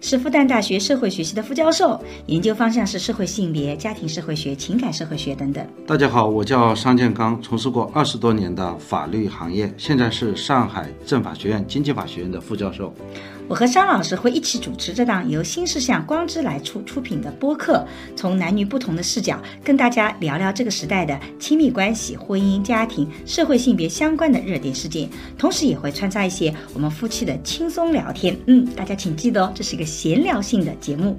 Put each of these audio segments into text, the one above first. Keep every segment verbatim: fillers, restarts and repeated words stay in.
是复旦大学社会学系的副教授，研究方向是社会性别、家庭社会学、情感社会学等等。 大家好，我叫商建刚，从事过二十多年的法律行业，现在是上海政法学院经济法学院的副教授。 我和商老师会一起主持这档由新事项光之来处出品的播客，从男女不同的视角跟大家聊聊这个时代的亲密关系、婚姻、家庭、社会性别相关的热点事件，同时也会穿插一些我们夫妻的轻松聊天。嗯，大家请记得哦，这是一个闲聊性的节目。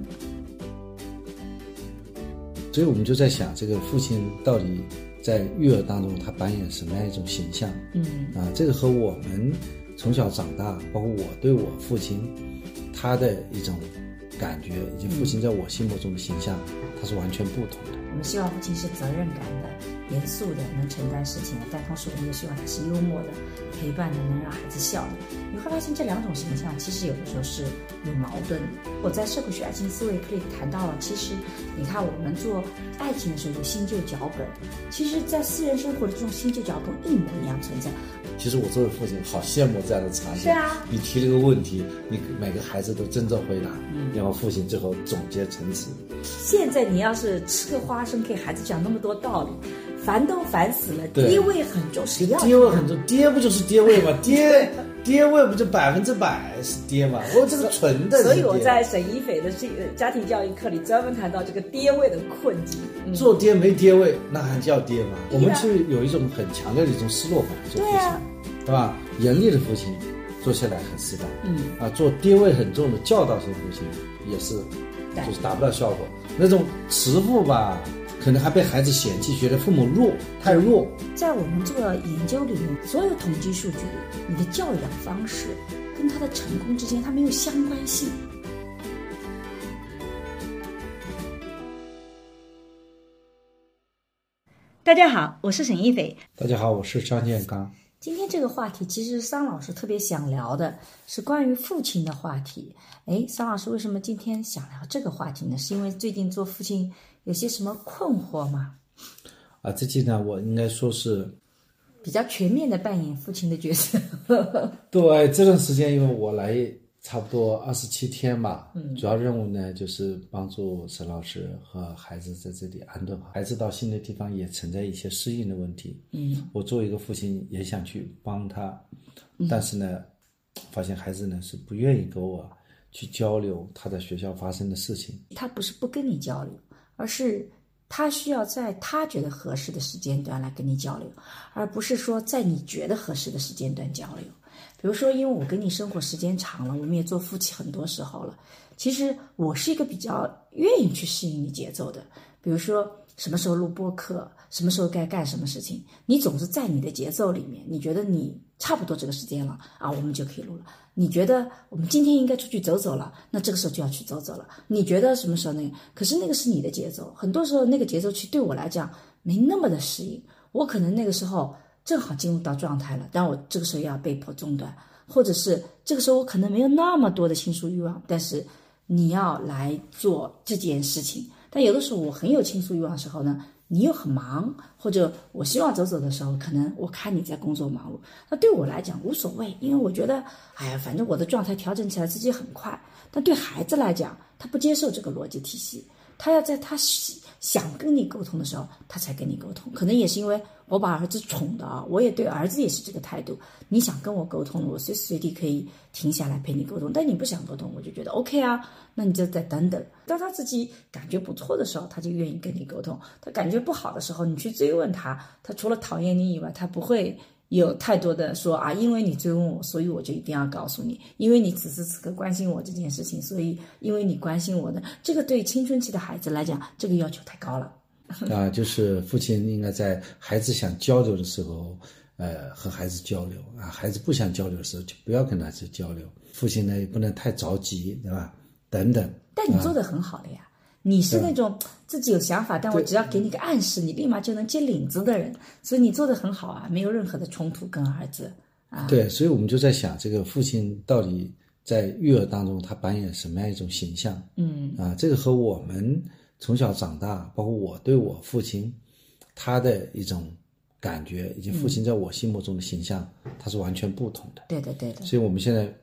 所以我们就在想，这个父亲到底在育儿当中他扮演什么样一种形象？嗯啊，这个和我们从小长大，包括我对我父亲他的一种感觉，以及父亲在我心目中的形象，它是完全不同的。 我们希望父亲是责任感的、严肃的，能承担事情的，但同时我们也希望他是幽默的、陪伴的，能让孩子笑的。你会发现这两种形象其实有的时候是有矛盾的。我在社会学爱情思维课里谈到了，其实你看我们做爱情的时候有新旧脚本，其实在私人生活的这种新旧脚本一模一样存在。 其实我作为父亲好羡慕这样的场景。 是啊， 你提了个问题，你每个孩子都真正回答，嗯，然后父亲最后总结陈词。 现在你要是吃个花生给孩子讲那么多道理，烦都烦死了。爹味很重，谁要？ 爹味很重，爹不就是爹味吗？爹爹味不就百分之百是爹吗？我这个纯的是爹。 所以我在沈一斐的这个家庭教育课里专门谈到这个爹味的困境。嗯、 做爹没爹味，那还叫爹吗？我们是有一种很强烈的一种失落感，做父亲，对啊，对吧？严厉的父亲做起来很失败，嗯啊，做爹味很重的教导型父亲也是，就是达不到效果。那种慈父吧，可能还被孩子嫌弃，觉得父母弱，太弱。 在我们做研究里面，所有统计数据里，你的教养方式跟他的成功之间，它没有相关性。大家好，我是沈一斐。 大家好，我是张建刚。 今天这个话题，其实桑老师特别想聊的是关于父亲的话题。诶，桑老师为什么今天想聊这个话题呢？是因为最近做父亲有些什么困惑吗？ 啊，最近呢，我应该说是比较全面的扮演父亲的角色。 对，这段时间因为我来差不多二十七天吧，嗯，主要任务呢就是帮助沈老师和孩子在这里安顿好。孩子到新的地方也存在一些适应的问题，嗯，我作为一个父亲也想去帮他，嗯，但是呢，发现孩子呢是不愿意跟我去交流他在学校发生的事情。 他不是不跟你交流，而是他需要在他觉得合适的时间段来跟你交流，而不是说在你觉得合适的时间段交流。比如说，因为我跟你生活时间长了，我们也做夫妻很多时候了，其实我是一个比较愿意去适应你节奏的。比如说什么时候录播客，什么时候该干什么事情，你总是在你的节奏里面，你觉得你差不多这个时间了啊，我们就可以录了。你觉得我们今天应该出去走走了，那这个时候就要去走走了。你觉得什么时候那个？可是那个是你的节奏，很多时候那个节奏其实对我来讲没那么的适应，我可能那个时候正好进入到状态了，但我这个时候要被迫中断，或者是这个时候我可能没有那么多的倾诉欲望，但是你要来做这件事情。但有的时候我很有倾诉欲望的时候呢，你又很忙，或者我希望走走的时候，可能我看你在工作忙碌，那对我来讲无所谓，因为我觉得哎呀，反正我的状态调整起来自己很快。但对孩子来讲，他不接受这个逻辑体系，他要在他想跟你沟通的时候他才跟你沟通。可能也是因为我把儿子宠的啊，我也对儿子也是这个态度，你想跟我沟通，我随时随地可以停下来陪你沟通，但你不想沟通，我就觉得 OK 啊，那你就再等等，当他自己感觉不错的时候，他就愿意跟你沟通。他感觉不好的时候，你去追问他，他除了讨厌你以外，他不会有太多的说啊，因为你追问我，所以我就一定要告诉你，因为你此时此刻关心我这件事情，所以因为你关心我的，这个对青春期的孩子来讲，这个要求太高了。 啊，就是父亲应该在孩子想交流的时候，呃，和孩子交流啊；孩子不想交流的时候，就不要跟孩子交流。父亲呢，也不能太着急，对吧？等等。 但你做得很好了呀，啊、你是那种自己有想法，但我只要给你个暗示，你立马就能接领子的人，所以你做得很好啊，没有任何的冲突跟儿子啊。 对，所以我们就在想，这个父亲到底在育儿当中他扮演什么样一种形象？嗯啊，这个和我们从小长大，包括我对我父亲他的一种感觉，以及父亲在我心目中的形象，它是完全不同的。 对的，对的。 所以我们现在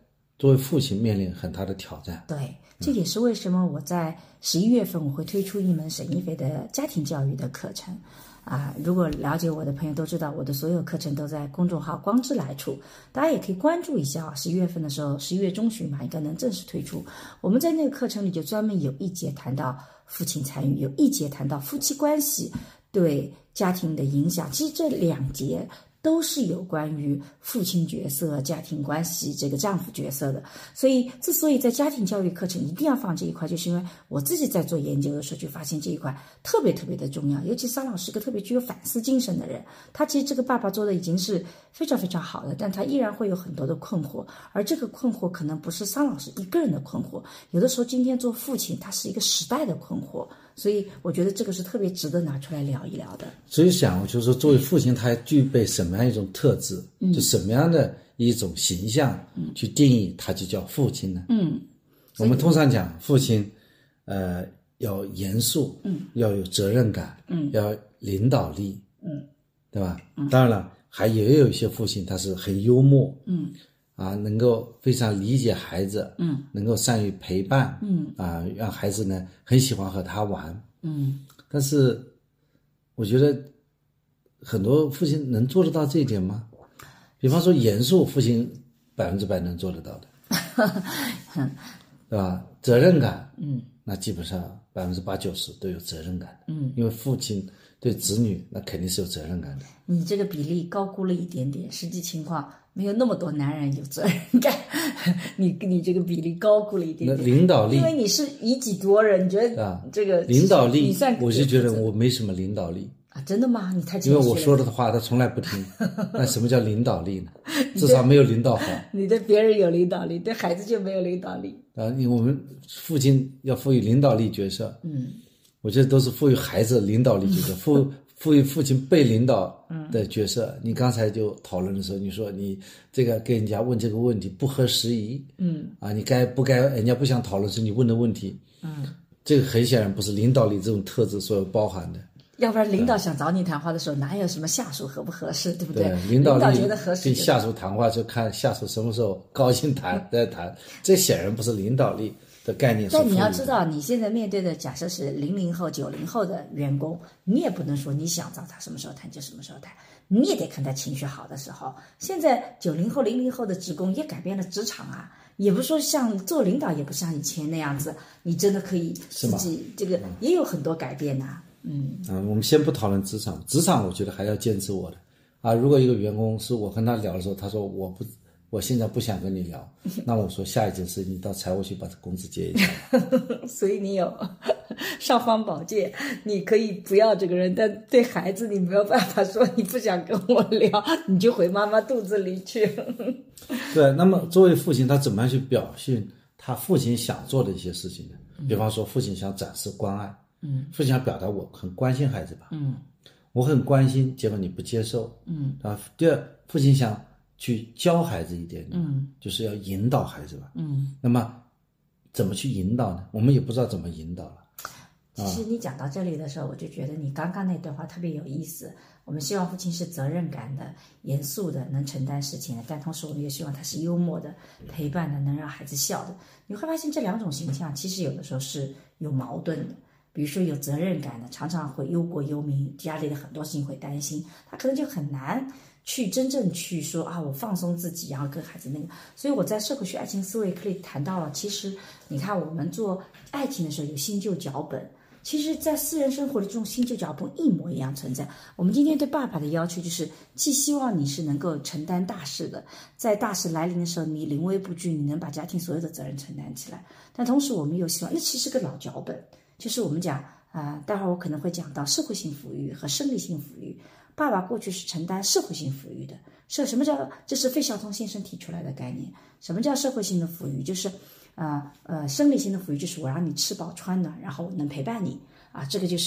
作为父亲面临很大的挑战。 对，这也是为什么我在十一月份我会推出一门沈一菲的家庭教育的课程。啊，如果了解我的朋友都知道，我的所有课程都在公众号光之来处，大家也可以关注一下啊。十一月份的时候，十一月中旬嘛，应该能正式推出。我们在那个课程里就专门有一节谈到父亲参与，有一节谈到夫妻关系对家庭的影响。其实这两节都是有关于父亲角色、家庭关系这个丈夫角色的。所以之所以在家庭教育课程一定要放这一块，就是因为我自己在做研究的时候就发现这一块特别特别的重要。尤其桑老师是个特别具有反思精神的人，他其实这个爸爸做的已经是非常非常好的，但他依然会有很多的困惑，而这个困惑可能不是桑老师一个人的困惑，有的时候今天做父亲他是一个时代的困惑。所以我觉得这个是特别值得拿出来聊一聊的。 所以想就是说，作为父亲他具备什么样一种特质，嗯、就什么样的一种形象，嗯、去定义他就叫父亲呢？嗯，我们通常讲父亲，呃，要严肃，嗯，要有责任感，嗯，要领导力，嗯，对吧？嗯、当然了，还也有一些父亲他是很幽默，嗯。啊，能够非常理解孩子，嗯，能够善于陪伴，嗯，啊，让孩子呢很喜欢和他玩，嗯，但是我觉得很多父亲能做得到这一点吗？比方说严肃，父亲百分之百能做得到的，对吧？责任感，嗯，那基本上百分之八九十都有责任感的，嗯，因为父亲对子女那肯定是有责任感的。 你这个比例高估了一点点，实际情况没有那么多男人有责任感，你你这个比例高估了一点点。 那领导力， 因为你是以己度人，你觉得这个、啊、 领导力，我是觉得我没什么领导力啊，真的吗？你太谦虚了。 因为我说的话他从来不听，那什么叫领导力呢？至少没有领导好。 你对别人有领导力，对孩子就没有领导力啊。因为我们父亲要赋予领导力角色，嗯，我觉得都是赋予孩子领导力角色，赋赋予父亲被领导的角色。嗯、你刚才就讨论的时候，你说你这个跟人家问这个问题不合时宜，嗯，啊，你该不该人家不想讨论时你问的问题，嗯，这个很显然不是领导力这种特质所包含的。 要不然领导想找你谈话的时候，哪有什么下属合不合适，对不对？ 对，领导力觉得合适， 跟下属谈话就看下属什么时候高兴谈再谈，这显然不是领导力的概念。 但你要知道，你现在面对的假设是零零后、九零后的员工，你也不能说你想找他什么时候谈就什么时候谈，你也得看他情绪好的时候。现在九零后、零零后的职工也改变了职场啊，也不是说像做领导也不像以前那样子，你真的可以自己这个也有很多改变呐、啊。嗯啊，我们先不讨论职场，职场我觉得还要坚持我的啊。如果一个员工是我跟他聊的时候，他说我不，我现在不想跟你聊，那我说下一件事你到财务去把这工资结一下。 所以你有尚方宝剑，你可以不要这个人，但对孩子你没有办法说你不想跟我聊，你就回妈妈肚子里去。 对，那么作为父亲，他怎么样去表现他父亲想做的一些事情呢？比方说，父亲想展示关爱。嗯，父亲想表达我很关心孩子吧，嗯，我很关心，结果你不接受，嗯，啊，第二，父亲想去教孩子一点，嗯，就是要引导孩子吧，嗯，那么怎么去引导呢？我们也不知道怎么引导了。 其实你讲到这里的时候，我就觉得你刚刚那段话特别有意思。我们希望父亲是责任感的、严肃的、能承担事情的，但同时我们也希望他是幽默的、陪伴的、能让孩子笑的。你会发现这两种形象其实有的时候是有矛盾的。比如说有责任感的，常常会忧国忧民，家里的很多事情会担心，他可能就很难去真正去说啊，我放松自己，然后跟孩子那个。所以我在社会学爱情思维课里谈到了，其实你看我们做爱情的时候有新旧脚本，其实在私人生活里这种新旧脚本一模一样存在。我们今天对爸爸的要求就是，既希望你是能够承担大事的，在大事来临的时候你临危不惧，你能把家庭所有的责任承担起来。但同时我们又希望，那其实是个老脚本。就是我们讲啊、呃，待会儿我可能会讲到社会性抚育和生理性抚育。爸爸过去是承担社会性抚育的，是什么叫？这是费孝通先生提出来的概念。什么叫社会性的抚育？就是呃呃，生理性的抚育就是我让你吃饱穿暖，然后我能陪伴你啊，这个就是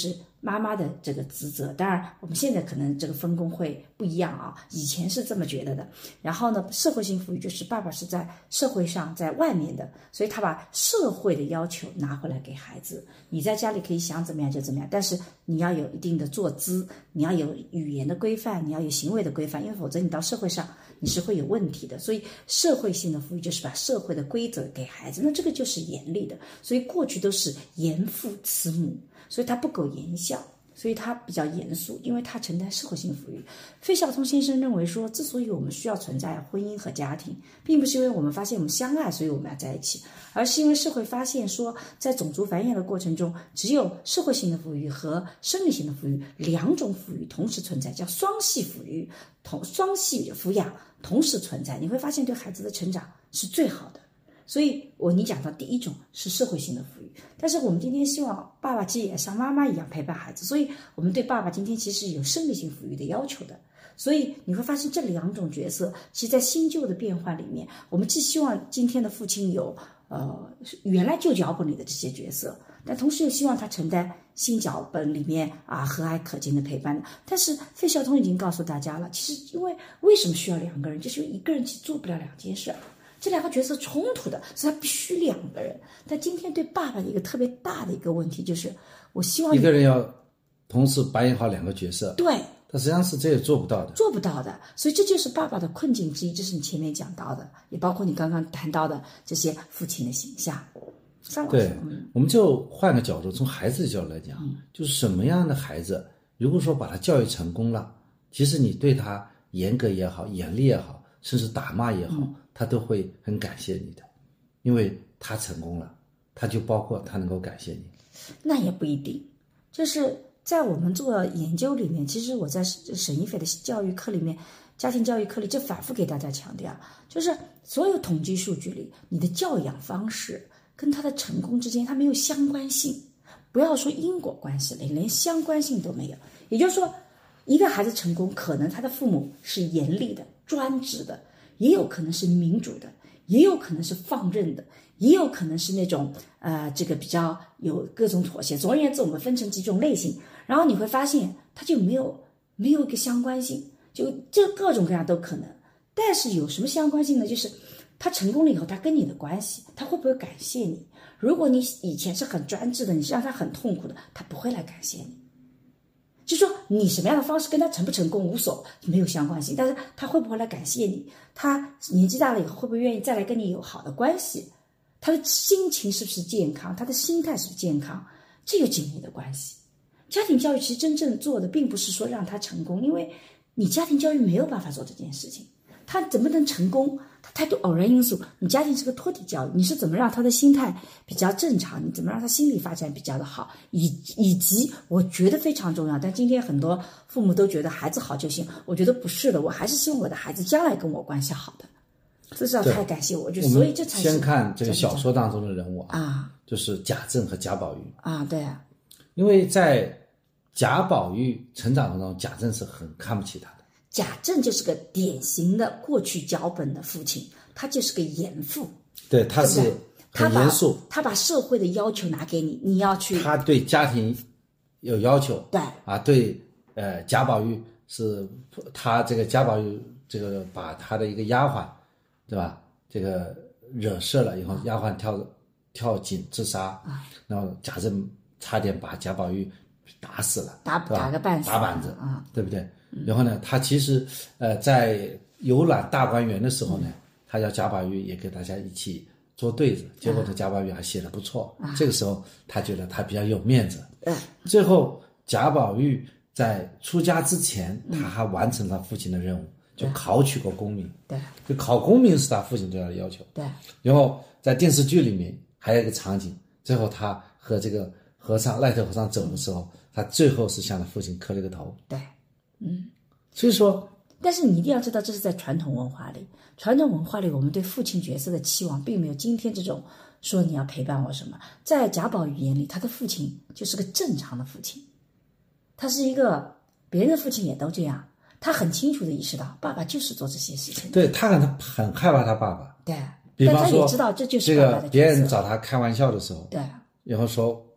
妈妈的这个职责。当然我们现在可能这个分工会不一样啊，以前是这么觉得的。然后呢，社会性抚育就是爸爸是在社会上在外面的，所以他把社会的要求拿回来给孩子，你在家里可以想怎么样就怎么样，但是你要有一定的坐姿，你要有语言的规范，你要有行为的规范，因为否则你到社会上你是会有问题的。所以社会性的抚育就是把社会的规则给孩子，那这个就是严厉的。所以过去都是严父慈母，所以他不苟言笑，所以他比较严肃，因为他承担社会性抚育。费孝通先生认为说，之所以我们需要存在婚姻和家庭，并不是因为我们发现我们相爱所以我们要在一起，而是因为社会发现说，在种族繁衍的过程中，只有社会性的抚育和生理性的抚育两种抚育同时存在，叫双系抚育，同双系抚养同时存在，你会发现对孩子的成长是最好的。所以我你讲到第一种是社会性的抚育，但是我们今天希望爸爸其实也像妈妈一样陪伴孩子，所以我们对爸爸今天其实有生理性抚育的要求的。所以你会发现这两种角色其实在新旧的变化里面，我们既希望今天的父亲有呃原来旧脚本里的这些角色，但同时又希望他承担新脚本里面啊和蔼可亲的陪伴的。但是费孝通已经告诉大家了，其实因为为什么需要两个人，就是因为一个人其实做不了两件事，这两个角色冲突的，所以他必须两个人。但今天对爸爸的一个特别大的一个问题就是，我希望一个人要同时扮演好两个角色， 对， 他实际上是这也做不到的， 做不到的。所以这就是爸爸的困境之一，这是你前面讲到的，也包括你刚刚谈到的这些父亲的形象。 对、嗯、我们就换个角度，从孩子的角度来讲、嗯、就是什么样的孩子如果说把他教育成功了，其实你对他严格也好，严厉也好，甚至打骂也好、嗯、他都会很感谢你的，因为他成功了，他就包括他能够感谢你。 那也不一定，就是在我们做研究里面，其实我在沈一斐的教育课里面，家庭教育课里就反复给大家强调，就是所有统计数据里，你的教养方式跟他的成功之间它没有相关性，不要说因果关系了，连相关性都没有。也就是说，一个孩子成功，可能他的父母是严厉的、专制的，也有可能是民主的，也有可能是放任的，也有可能是那种呃这个比较有各种妥协。总而言之，我们分成几种类型，然后你会发现它就没有没有一个相关性，就这各种各样都可能。但是有什么相关性呢？就是他成功了以后，他跟你的关系，他会不会感谢你？如果你以前是很专制的，你是让他很痛苦的，他不会来感谢你。就说你什么样的方式跟他成不成功无所谓，没有相关性，但是他会不会来感谢你？他年纪大了以后会不会愿意再来跟你有好的关系？他的心情是不是健康？他的心态是不是健康？这有紧密的关系。家庭教育其实真正做的并不是说让他成功，因为你家庭教育没有办法做这件事情。他怎么能成功？他太多偶然因素。你家庭是个托底教育，你是怎么让他的心态比较正常？你怎么让他心理发展比较的好？以以及我觉得非常重要，但今天很多父母都觉得孩子好就行，我觉得不是的，我还是希望我的孩子将来跟我关系好的。这是要太感谢我，就所以这才是。 先看这个小说当中的人物啊， 啊就是贾政和贾宝玉啊，对啊， 因为在贾宝玉成长当中，贾政是很看不起他的。 贾政就是个典型的过去脚本的父亲，他就是个严父， 对，他是很严肃， 他把社会的要求拿给你，你要去， 他对家庭有要求， 对啊，对，呃，贾宝玉是他这个贾宝玉这个把他的一个丫鬟，对吧？这个惹事了以后，丫鬟跳跳井自杀，啊，然后贾政差点把贾宝玉打死了， 打打个半死， 打板子啊， 对不对？然后呢，他其实呃在游览大观园的时候呢，他叫贾宝玉也给大家一起做对子，结果这贾宝玉还写得不错，啊，这个时候他觉得他比较有面子。 嗯， 最后贾宝玉在出家之前，他还完成他父亲的任务，就考取过功名。 对， 就考功名是他父亲对他的要求。 对， 然后在电视剧里面还有一个场景，最后他和这个和尚赖特和尚走的时候，他最后是向他父亲磕了个头。 对。嗯， 所以说， 但是你一定要知道，这是在传统文化里，传统文化里我们对父亲角色的期望并没有今天这种说你要陪伴我什么。在贾宝玉眼里，他的父亲就是个正常的父亲，他是一个别人的父亲也都这样，他很清楚的意识到爸爸就是做这些事情。 对，他很很害怕他爸爸。 对， 比方说但他也知道这就是爸爸的角色。 这个别人找他开玩笑的时候， 对， 然后说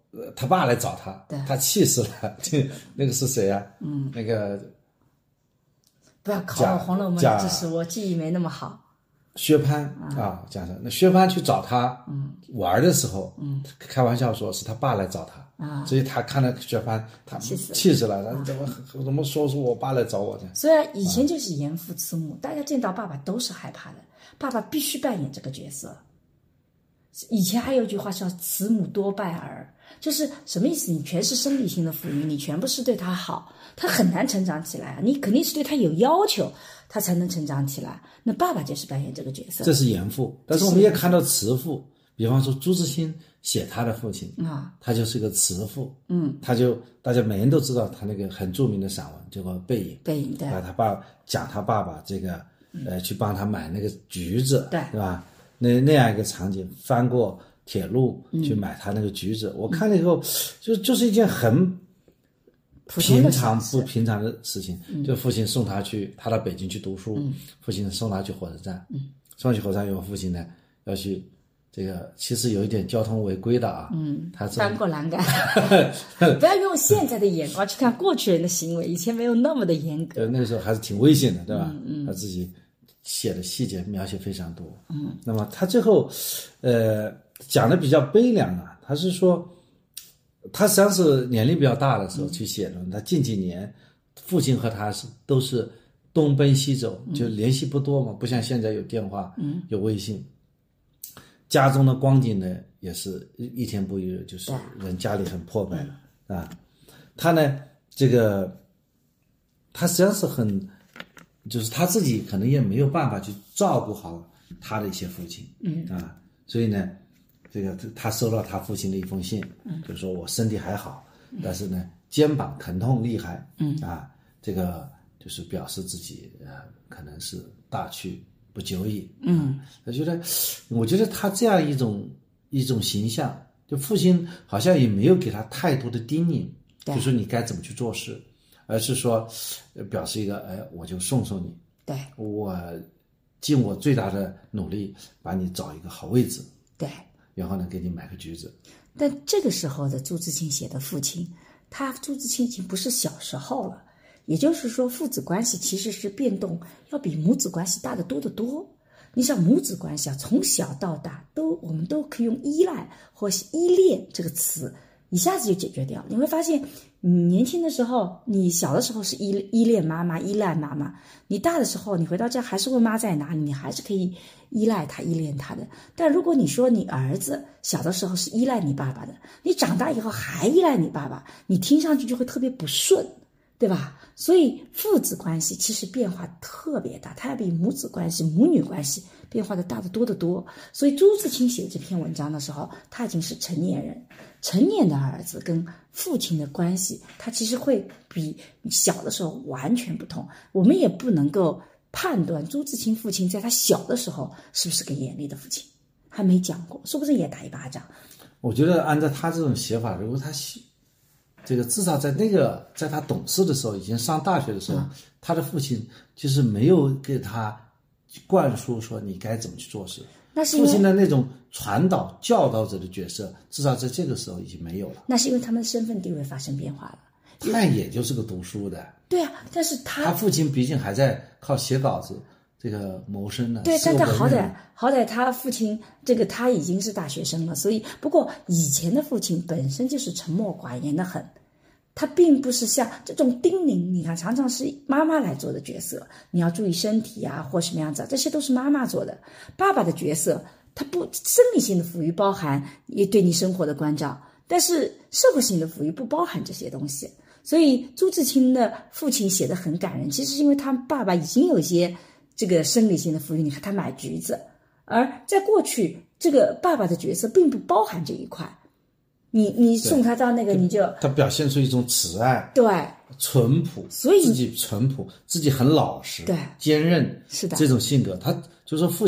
呃他爸来找他，他气死了。这那个是谁啊？嗯，那个不要考我《红楼梦》知识，我记忆没那么好。 薛蟠啊，讲的那薛蟠去找他玩的时候，嗯，开玩笑说是他爸来找他啊，所以他看到薛蟠，他气死气死了，他怎么怎么说是我爸来找我的？ 虽然以前就是严父慈母，大家见到爸爸都是害怕的，爸爸必须扮演这个角色。以前还有一句话叫“慈母多败儿”，就是什么意思？你全是生理性的抚育，你全部是对他好，他很难成长起来啊！你肯定是对他有要求，他才能成长起来。那爸爸就是扮演这个角色， 这是严父。但是我们也看到慈父，比方说朱自清写他的父亲啊，他就是一个慈父。嗯，他就大家每人都知道他那个很著名的散文叫做《背影》。 背影对， 啊，他爸讲他爸爸这个呃去帮他买那个橘子， 对对吧？那那样一个场景，翻过铁路去买他那个橘子，嗯、我看了以后，就就是一件很平常不平常的事情。嗯、就父亲送他去，他到北京去读书，嗯、父亲送他去火车站，嗯、送去火车站以后，父亲呢要去这个，其实有一点交通违规的啊， 嗯， 他翻过栏杆，不要用现在的眼光去看过去人的行为，以前没有那么的严格， 对，那个时候还是挺危险的，对吧？嗯嗯，他自己。写的细节描写非常多，嗯，那么他最后，呃，讲的比较悲凉啊。他是说，他实际上是年龄比较大的时候去写的。嗯、他近几年，父亲和他是都是东奔西走，就联系不多嘛，不像现在有电话，嗯，有微信。家中的光景呢，也是一天不一日，就是人家里很破败了、嗯、啊。他呢，这个他实际上是很。就是他自己可能也没有办法去照顾好他的一些父亲，嗯啊，所以呢，这个他收到他父亲的一封信，嗯，就是说我身体还好，嗯、但是呢肩膀疼痛厉害，嗯啊，这个就是表示自己呃可能是大去不久矣，嗯，他觉得，我觉得他这样一种一种形象，就父亲好像也没有给他太多的叮咛，就说你该怎么去做事。而是说，表示一个，哎，我就送送你， 对， 我尽我最大的努力把你找一个好位置， 对， 然后呢，给你买个橘子。 但这个时候的朱自清写的父亲，他朱自清已经不是小时候了，也就是说，父子关系其实是变动要比母子关系大得多得多。你想母子关系啊，从小到大都我们都可以用依赖或依恋这个词。一下子就解决掉。你会发现，你年轻的时候，你小的时候是依依恋妈妈、依赖妈妈；你大的时候，你回到家还是问妈在哪里，你还是可以依赖他、依恋他的。但如果你说你儿子小的时候是依赖你爸爸的，你长大以后还依赖你爸爸，你听上去就会特别不顺，对吧？所以父子关系其实变化特别大，它要比母子关系、母女关系变化的大得多得多。所以朱自清写这篇文章的时候，他已经是成年人。成年的儿子跟父亲的关系，他其实会比小的时候完全不同。我们也不能够判断朱自清父亲在他小的时候是不是个严厉的父亲，还没讲过，是不是也打一巴掌？ 我觉得按照他这种写法，如果他这个至少在那个在他懂事的时候，已经上大学的时候，嗯、他的父亲就是没有给他灌输说你该怎么去做事。 那是父亲的那种传导教导者的角色，至少在这个时候已经没有了。 那是因为他们的身份地位发生变化了。 他也就是个读书的。 对啊，但是他他父亲毕竟还在靠写稿子这个谋生呢。 对，但他好歹好歹他父亲这个他已经是大学生了，所以不过以前的父亲本身就是沉默寡言的很。他并不是像这种叮咛，你看常常是妈妈来做的角色，你要注意身体啊或什么样子，这些都是妈妈做的。爸爸的角色他不生理性的抚育包含也对你生活的关照，但是社会性的抚育不包含这些东西。所以朱自清的父亲写得很感人，其实是因为他爸爸已经有一些这个生理性的抚育，你看他买橘子，而在过去这个爸爸的角色并不包含这一块。你你送他到那个，你就他表现出一种慈爱， 对， 淳朴， 所以自己淳朴，自己很老实， 对， 坚韧， 是的， 这种性格，他就是说父亲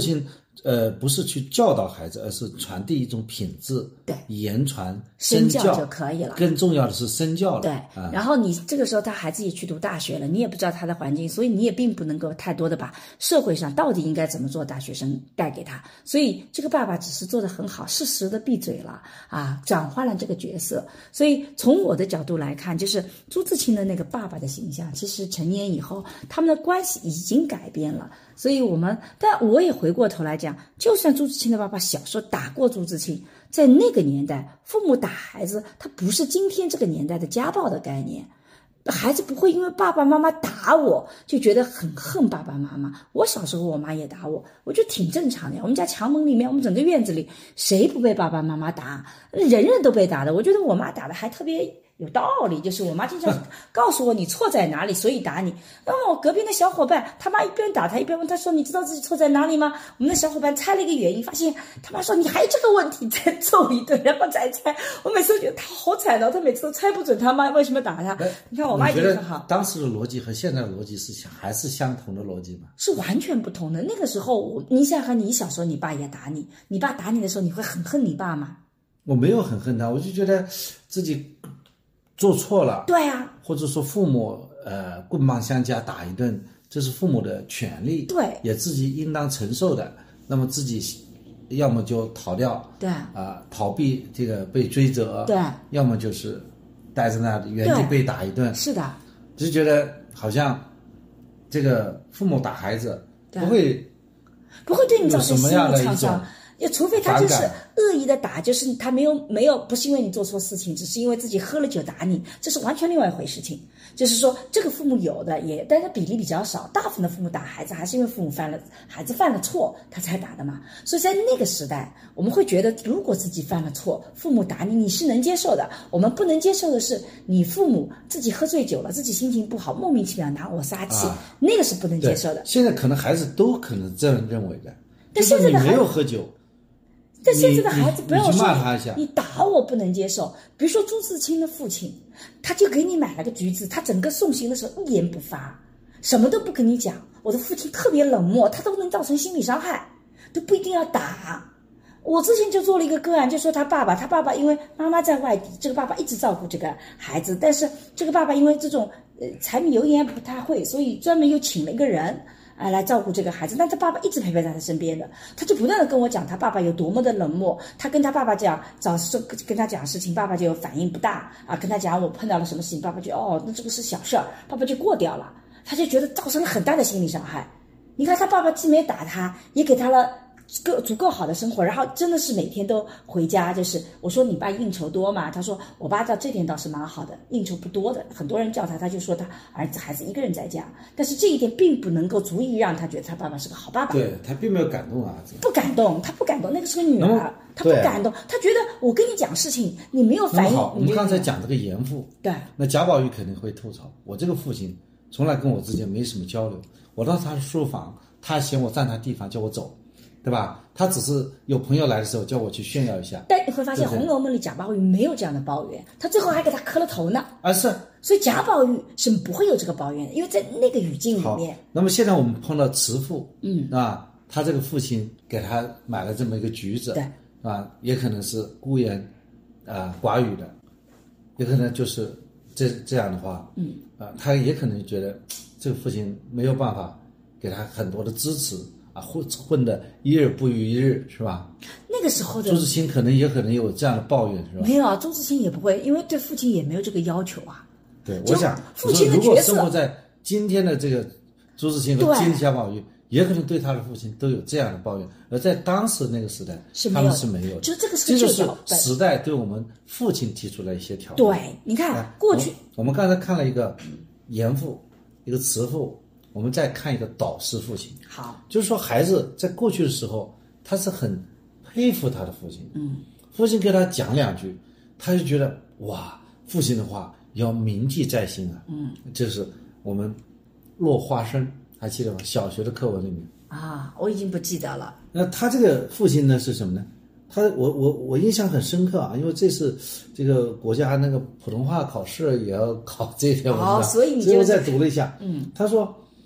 呃，不是去教导孩子，而是传递一种品质， 对， 言传身教教就可以了。 更重要的是身教了。 对， 啊、 然后你这个时候他孩子也去读大学了，你也不知道他的环境，所以你也并不能够太多的把社会上到底应该怎么做大学生带给他。所以这个爸爸只是做得很好，适时的闭嘴了啊，转换了这个角色。所以从我的角度来看，就是朱自清的那个爸爸的形象，其实成年以后他们的关系已经改变了。所以我们，但我也回过头来讲，就算朱自清的爸爸小时候打过朱自清，在那个年代，父母打孩子，他不是今天这个年代的家暴的概念。孩子不会因为爸爸妈妈打我就觉得很恨爸爸妈妈。我小时候我妈也打我，我觉得挺正常的呀。我们家墙门里面，我们整个院子里，谁不被爸爸妈妈打？人人都被打的。我觉得我妈打的还特别有道理，就是我妈经常告诉我你错在哪里，所以打你。那么我隔壁的小伙伴，他妈一边打他一边问他说：“你知道自己错在哪里吗？”我们的小伙伴猜了一个原因，发现他妈说：“你还有这个问题，再揍一顿，然后再猜。”我每次都觉得他好惨哦，他每次都猜不准他妈为什么打他。你看我妈已经很好。 当时的逻辑和现在的逻辑是还是相同的逻辑吗？ 是完全不同的。那个时候，我你想想，你小时候你爸也打你，你爸打你的时候，你会很恨你爸吗？ 我没有很恨他，我就觉得自己做错了， 对啊， 或者说父母呃棍棒相加打一顿，这是父母的权利， 对， 也自己应当承受的。那么自己要么就逃掉， 对啊、呃，逃避这个被追责， 对， 要么就是待在那里原地被打一顿。 是的， 就觉得好像这个父母打孩子不会不会对你造成心理样的创伤。也除非他就是恶意的打，就是他没有没有不是因为你做错事情，只是因为自己喝了酒打你，这是完全另外一回事情。就是说这个父母有的也，但是比例比较少，大部分的父母打孩子还是因为父母犯了孩子犯了错他才打的嘛。所以在那个时代，我们会觉得如果自己犯了错，父母打你你是能接受的。我们不能接受的是你父母自己喝醉酒了，自己心情不好，莫名其妙拿我撒气、啊，那个是不能接受的。 现在可能孩子都可能这样认为的， 但现在的孩子、 就是、你没有喝酒。 但现在的孩子不要说你, 你, 骂他一下， 你打我不能接受。比如说朱自清的父亲，他就给你买了个橘子，他整个送行的时候一言不发，什么都不跟你讲。我的父亲特别冷漠，他都能造成心理伤害，都不一定要打。我之前就做了一个个案，就说他爸爸，他爸爸因为妈妈在外地，这个爸爸一直照顾这个孩子，但是这个爸爸因为这种呃柴米油盐不太会，所以专门又请了一个人。啊，来照顾这个孩子，但他爸爸一直陪伴在他身边的，他就不断的跟我讲他爸爸有多么的冷漠。他跟他爸爸讲，找事跟他讲事情，爸爸就反应不大啊。跟他讲我碰到了什么事情，爸爸就哦，那这个是小事儿，爸爸就过掉了。他就觉得造成了很大的心理伤害。你看他爸爸既没打他，也给他了够足够好的生活，然后真的是每天都回家。就是我说你爸应酬多嘛，他说我爸到这点倒是蛮好的，应酬不多的。很多人叫他，他就说他儿子孩子一个人在家，但是这一点并不能够足以让他觉得他爸爸是个好爸爸。 对，他并没有感动儿子， 不感动，他不感动。那个是个女儿，他不感动，他觉得我跟你讲事情，你没有反应。 好，我们刚才讲这个严父， 对， 那贾宝玉肯定会吐槽，我这个父亲从来跟我之间没什么交流，我到他的书房，他嫌我占他地方，叫我走。对吧？他只是有朋友来的时候叫我去炫耀一下。 但你会发现《红楼梦》里贾宝玉没有这样的抱怨，他最后还给他磕了头呢。 啊，是。 所以贾宝玉是不会有这个抱怨的，因为在那个语境里面。 那么现在我们碰到慈父， 嗯啊，他这个父亲给他买了这么一个橘子， 对， 啊，也可能是孤言啊寡语的，也可能就是这这样的话， 嗯啊，他也可能觉得这个父亲没有办法给他很多的支持。啊，混混的一日不如一日，是吧？ 那个时候的朱自清可能也可能有这样的抱怨，是吧？ 没有啊，朱自清也不会，因为对父亲也没有这个要求啊。 对，我想父亲的如果角色， 生活在今天的这个朱自清和今天贾宝玉，也可能对他的父亲都有这样的抱怨，而在当时那个时代，他们是没有的。 就这个是这就是时代对我们父亲提出了一些条件。 对，你看过去我，我们刚才看了一个严父，一个慈父。我们再看一个导师父亲， 好， 就是说孩子在过去的时候，他是很佩服他的父亲， 嗯， 父亲给他讲两句，他就觉得哇，父亲的话要铭记在心啊， 嗯， 这是我们落花生还记得吗？小学的课文里面啊，我已经不记得了。 那他这个父亲呢是什么呢？他我我我印象很深刻啊，因为这次这个国家那个普通话考试也要考这篇文章， 哦，所以你所以我再读了一下， 嗯， 他说。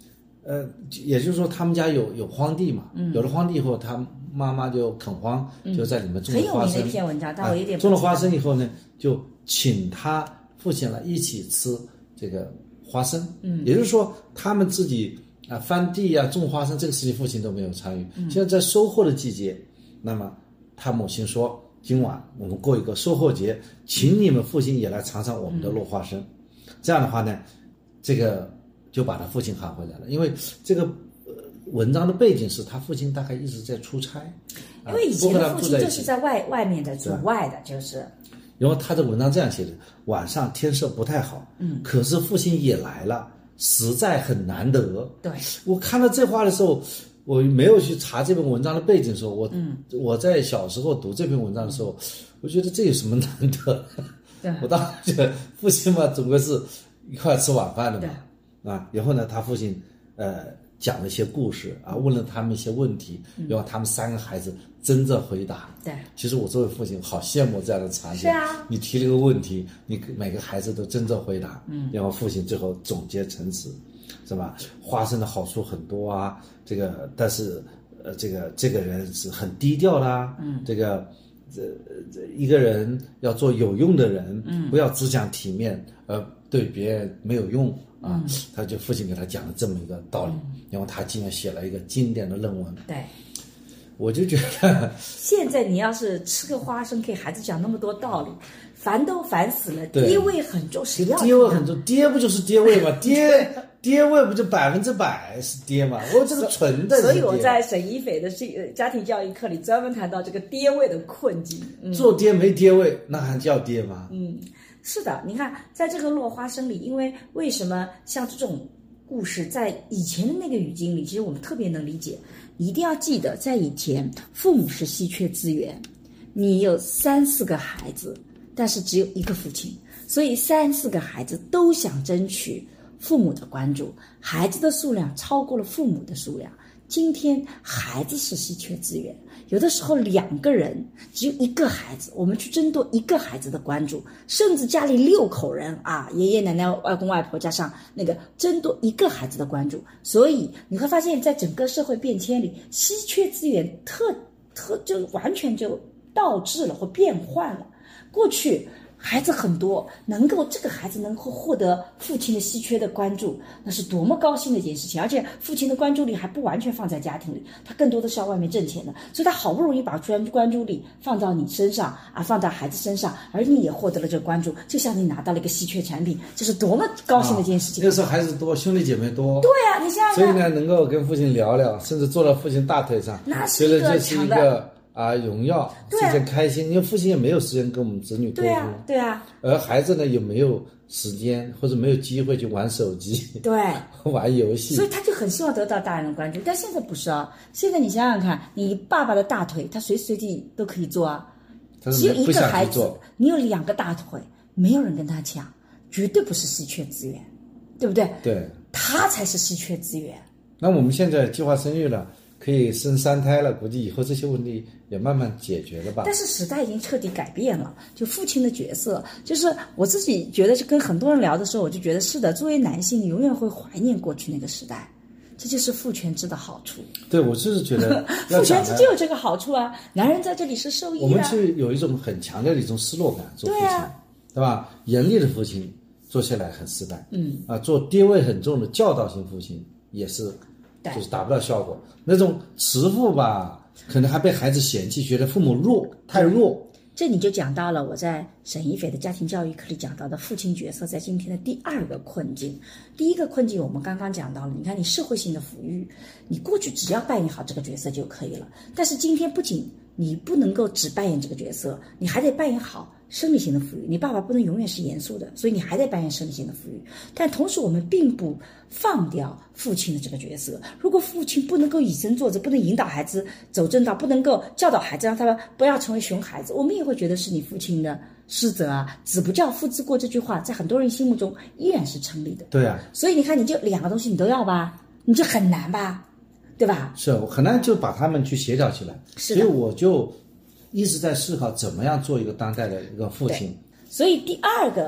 呃，也就是说他们家有有荒地嘛，嗯、有了荒地以后，他妈妈就垦荒，嗯、就在里面种了花生。 很有名的一篇文章，但我有点、 啊、种了花生以后呢，就请他父亲来一起吃这个花生。嗯，也就是说他们自己啊翻地啊种花生这个事情，父亲都没有参与。嗯，现在在收获的季节，那么他母亲说。今晚我们过一个收获节，请你们父亲也来尝尝我们的落花生。嗯、这样的话呢，这个就把他父亲喊回来了。因为这个、呃、文章的背景是他父亲大概一直在出差， 因为以前的父亲就是在外外面的，主外的，就是。 然后他的文章这样写的：晚上天色不太好，嗯，可是父亲也来了，实在很难得。 对， 我看到这话的时候。我没有去查这篇文章的背景的时候，我、嗯、我在小时候读这篇文章的时候，我觉得这有什么难得？对，我当时觉得父亲嘛，总归是一块吃晚饭的嘛，啊，然后呢，他父亲呃讲了一些故事啊，问了他们一些问题，嗯、然后他们三个孩子争着回答。 对， 其实我作为父亲好羡慕这样的场景。 是啊， 你提了一个问题，你每个孩子都争着回答，嗯，然后父亲最后总结陈词。是吧？花生的好处很多啊，这个但是呃，这个这个人是很低调的啊，嗯，这个这这一个人要做有用的人，嗯，不要只讲体面，呃，对别人没有用啊。嗯、他就父亲给他讲了这么一个道理，嗯、然后他竟然写了一个经典的论文。 对， 我就觉得现在你要是吃个花生给孩子讲那么多道理。烦都烦死了，爹味很重，谁要？ 爹味很重，爹不就是爹味吗？爹爹味不就百分之百是爹吗？我这个纯的。 所以我在沈一斐的家庭教育课里专门谈到这个爹味的困境。嗯、 做爹没爹味，那还叫爹吗？ 嗯，是的，你看，在这个落花生里，因为为什么像这种故事，在以前的那个语境里，其实我们特别能理解。你一定要记得，在以前，父母是稀缺资源，你有三四个孩子。但是只有一个父亲，所以三四个孩子都想争取父母的关注，孩子的数量超过了父母的数量。今天孩子是稀缺资源，有的时候两个人只有一个孩子，我们去争夺一个孩子的关注，甚至家里六口人啊，爷爷奶奶、外公外婆加上那个争夺一个孩子的关注。所以你会发现在整个社会变迁里，稀缺资源特特就完全就倒置了或变换了。过去孩子很多，能够这个孩子能够获得父亲的稀缺的关注，那是多么高兴的一件事情。而且父亲的关注力还不完全放在家庭里，他更多的是要外面挣钱的，所以他好不容易把专关注力放到你身上啊，放到孩子身上，而你也获得了这个关注，就像你拿到了一个稀缺产品，这是多么高兴的一件事情。 那时候孩子多，兄弟姐妹多。 对啊，你想想看。 所以呢，能够跟父亲聊聊，甚至坐到父亲大腿上， 那是一个强的。 啊，荣耀，是一件开心，因为父亲也没有时间跟我们子女沟通， 对啊，对啊， 而孩子呢也没有时间或者没有机会去玩手机， 对， 玩游戏， 所以他就很希望得到大人的关注。但现在不是啊，现在你想想看，你爸爸的大腿，他随时随地都可以做啊，只有一个孩子，你有两个大腿，没有人跟他抢，绝对不是稀缺资源，对不对？ 对， 他才是稀缺资源。 那我们现在计划生育了。可以生三胎了，估计以后这些问题也慢慢解决了吧。 但是时代已经彻底改变了，就父亲的角色，就是我自己觉得，是跟很多人聊的时候，我就觉得是的，作为男性，你永远会怀念过去那个时代，这就是父权制的好处。 对，我就是觉得父权制就有这个好处啊，男人在这里是受益的。 我们是有一种很强烈的一种失落感，做父亲，对啊，对吧？严厉的父亲做起来很失败，嗯啊，做爹味很重的教导型父亲也是。就是达不到效果，那种慈父吧，可能还被孩子嫌弃，觉得父母弱，太弱。 这你就讲到了我在沈一斐的家庭教育课里讲到的父亲角色在今天的第二个困境。第一个困境我们刚刚讲到了，你看你社会性的抚育，你过去只要扮演好这个角色就可以了，但是今天不仅你不能够只扮演这个角色，你还得扮演好生理性的抚育。你爸爸不能永远是严肃的，所以你还得扮演生理性的抚育。但同时我们并不放掉父亲的这个角色，如果父亲不能够以身作则，不能引导孩子走正道，不能够教导孩子让他们不要成为熊孩子，我们也会觉得是你父亲的失责啊。子不教父之过这句话在很多人心目中依然是成立的。 对啊， 所以你看你就两个东西你都要吧，你就很难吧，对吧？ 是很难就把他们去协调起来。所以我就一直在思考怎么样做一个当代的一个父亲。 所以第二个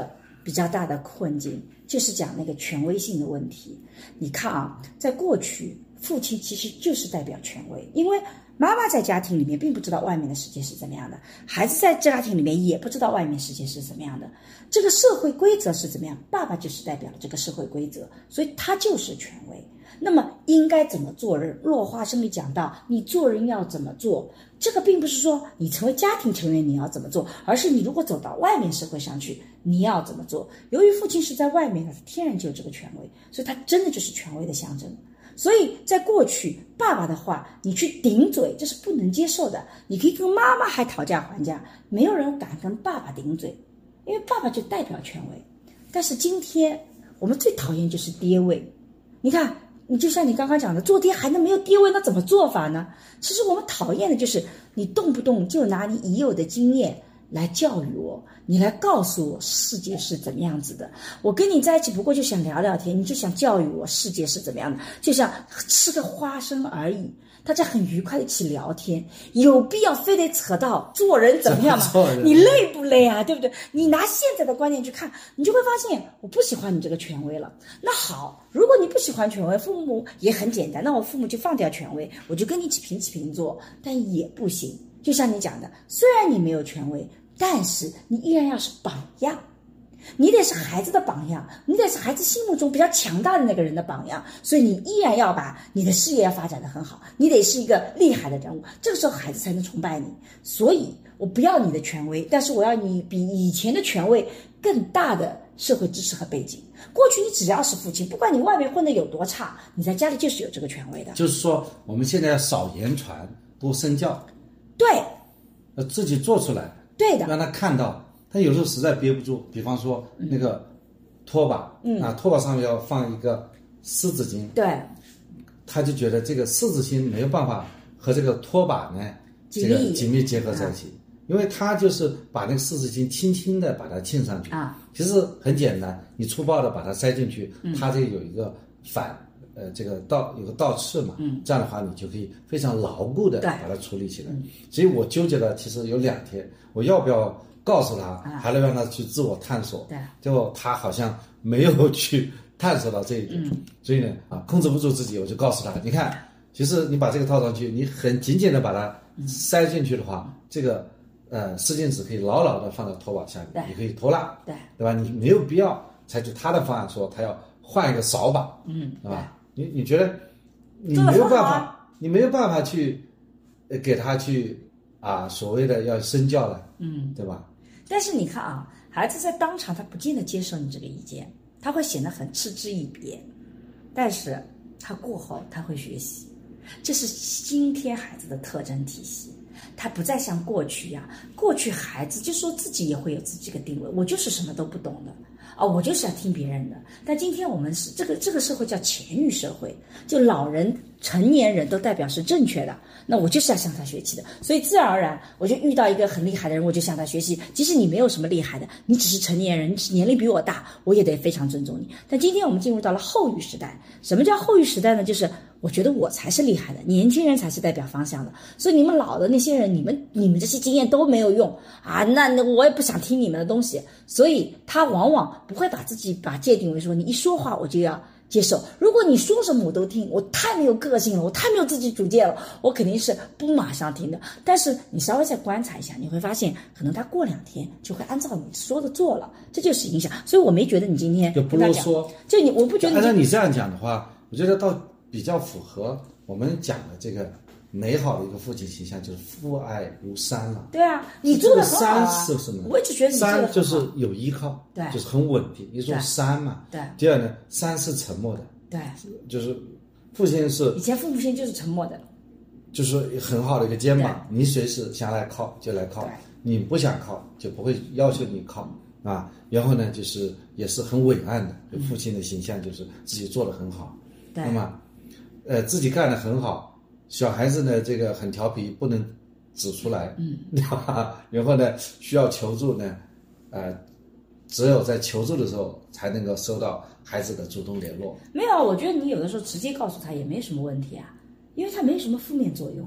比较大的困境，就是讲那个权威性的问题。你看啊，在过去，父亲其实就是代表权威，因为妈妈在家庭里面并不知道外面的世界是怎么样的，孩子在家庭里面也不知道外面世界是怎么样的，这个社会规则是怎么样，爸爸就是代表了这个社会规则，所以他就是权威。那么应该怎么做人？落花生里讲到，你做人要怎么做，这个并不是说你成为家庭成员你要怎么做，而是你如果走到外面社会上去，你要怎么做。由于父亲是在外面的，他天然就有这个权威，所以他真的就是权威的象征。所以在过去，爸爸的话你去顶嘴，这是不能接受的。你可以跟妈妈还讨价还价，没有人敢跟爸爸顶嘴，因为爸爸就代表权威。但是今天我们最讨厌就是爹位，你看你就像你刚刚讲的，做爹还能没有爹位，那怎么做法呢？其实我们讨厌的就是你动不动就拿你已有的经验来教育我，你来告诉我世界是怎么样子的。我跟你在一起不过就想聊聊天，你就想教育我世界是怎么样的，就像吃个花生而已，大家很愉快一起聊天，有必要非得扯到做人怎么样吗？你累不累啊？对不对？你拿现在的观念去看，你就会发现我不喜欢你这个权威了。那好，如果你不喜欢权威，父母也很简单，那我父母就放掉权威，我就跟你一起平起平坐，但也不行。就像你讲的，虽然你没有权威，但是你依然要是榜样，你得是孩子的榜样，你得是孩子心目中比较强大的那个人的榜样，所以你依然要把你的事业要发展得很好，你得是一个厉害的人物，这个时候孩子才能崇拜你。所以我不要你的权威，但是我要你比以前的权威更大的社会支持和背景。过去你只要是父亲，不管你外面混得有多差，你在家里就是有这个权威的。 就是说我们现在要少言传，多身教。 对， 要自己做出来， 对的， 让他看到。他有时候实在憋不住，比方说那个拖把，嗯啊，拖把上面要放一个湿纸巾， 对， 他就觉得这个湿纸巾没有办法和这个拖把呢这个紧密结合在一起，啊、因为他就是把那个湿纸巾轻轻的把它浸上去啊，其实很简单，你粗暴的把它塞进去，嗯、它这有一个反。呃，这个倒有个倒刺嘛，嗯，这样的话你就可以非常牢固的把它处理起来。所以我纠结了，其实有两天，我要不要告诉他，啊、还能让他去自我探索？对，结果他好像没有去探索到这一点，嗯、所以呢，啊，控制不住自己，我就告诉他，你看，其实你把这个套上去，你很紧紧的把它塞进去的话，嗯、这个呃湿巾纸可以牢牢的放在拖把下面，你可以拖拉，对，对吧？你没有必要采取他的方案，说他要换一个扫把，嗯，对吧？你你觉得你没有办法，你没有办法去呃给他去啊所谓的要身教了，嗯，对吧？ 但是你看啊，孩子在当场他不见得接受你这个意见，他会显得很嗤之以鼻，但是他过后他会学习，这是今天孩子的特征体系。他不再像过去一样，过去孩子就说自己也会有自己的定位，我就是什么都不懂的啊、哦，我就是要听别人的。但今天我们是这个这个社会叫前育社会，就老人成年人都代表是正确的，那我就是要向他学习的，所以自然而然我就遇到一个很厉害的人，我就向他学习。即使你没有什么厉害的，你只是成年人，你年龄比我大，我也得非常尊重你。但今天我们进入到了后育时代，什么叫后育时代呢？就是我觉得我才是厉害的，年轻人才是代表方向的，所以你们老的那些人，你们你们这些经验都没有用啊，那那我也不想听你们的东西。所以他往往不会把自己把界定为说你一说话我就要接受，如果你说什么我都听，我太没有个性了，我太没有自己主见了，我肯定是不马上听的。但是你稍微再观察一下，你会发现可能他过两天就会按照你说的做了，这就是影响。所以我没觉得你今天就不啰嗦， 就你我不觉得你按照你这样讲的话，我觉得倒比较符合我们讲的这个美好的一个父亲形象，就是父爱如山了。 对啊，你做的很好啊。 山是什么？ 我一直觉得你做的很好。 山就是有依靠，对，就是很稳定，一座山嘛。对。第二呢，山是沉默的。对。就是父亲是以前父母亲就是沉默的， 就是很好的一个肩膀，你随时想来靠就来靠，你不想靠就不会要求你靠啊。然后呢，就是也是很伟岸的，就父亲的形象就是自己做的很好。对。那么，呃，自己干得很好。小孩子呢，这个很调皮，不能指出来，嗯，然后呢，需要求助呢，呃，只有在求助的时候才能够收到孩子的主动联络。 没有，我觉得你有的时候直接告诉他也没什么问题啊，因为他没什么负面作用啊。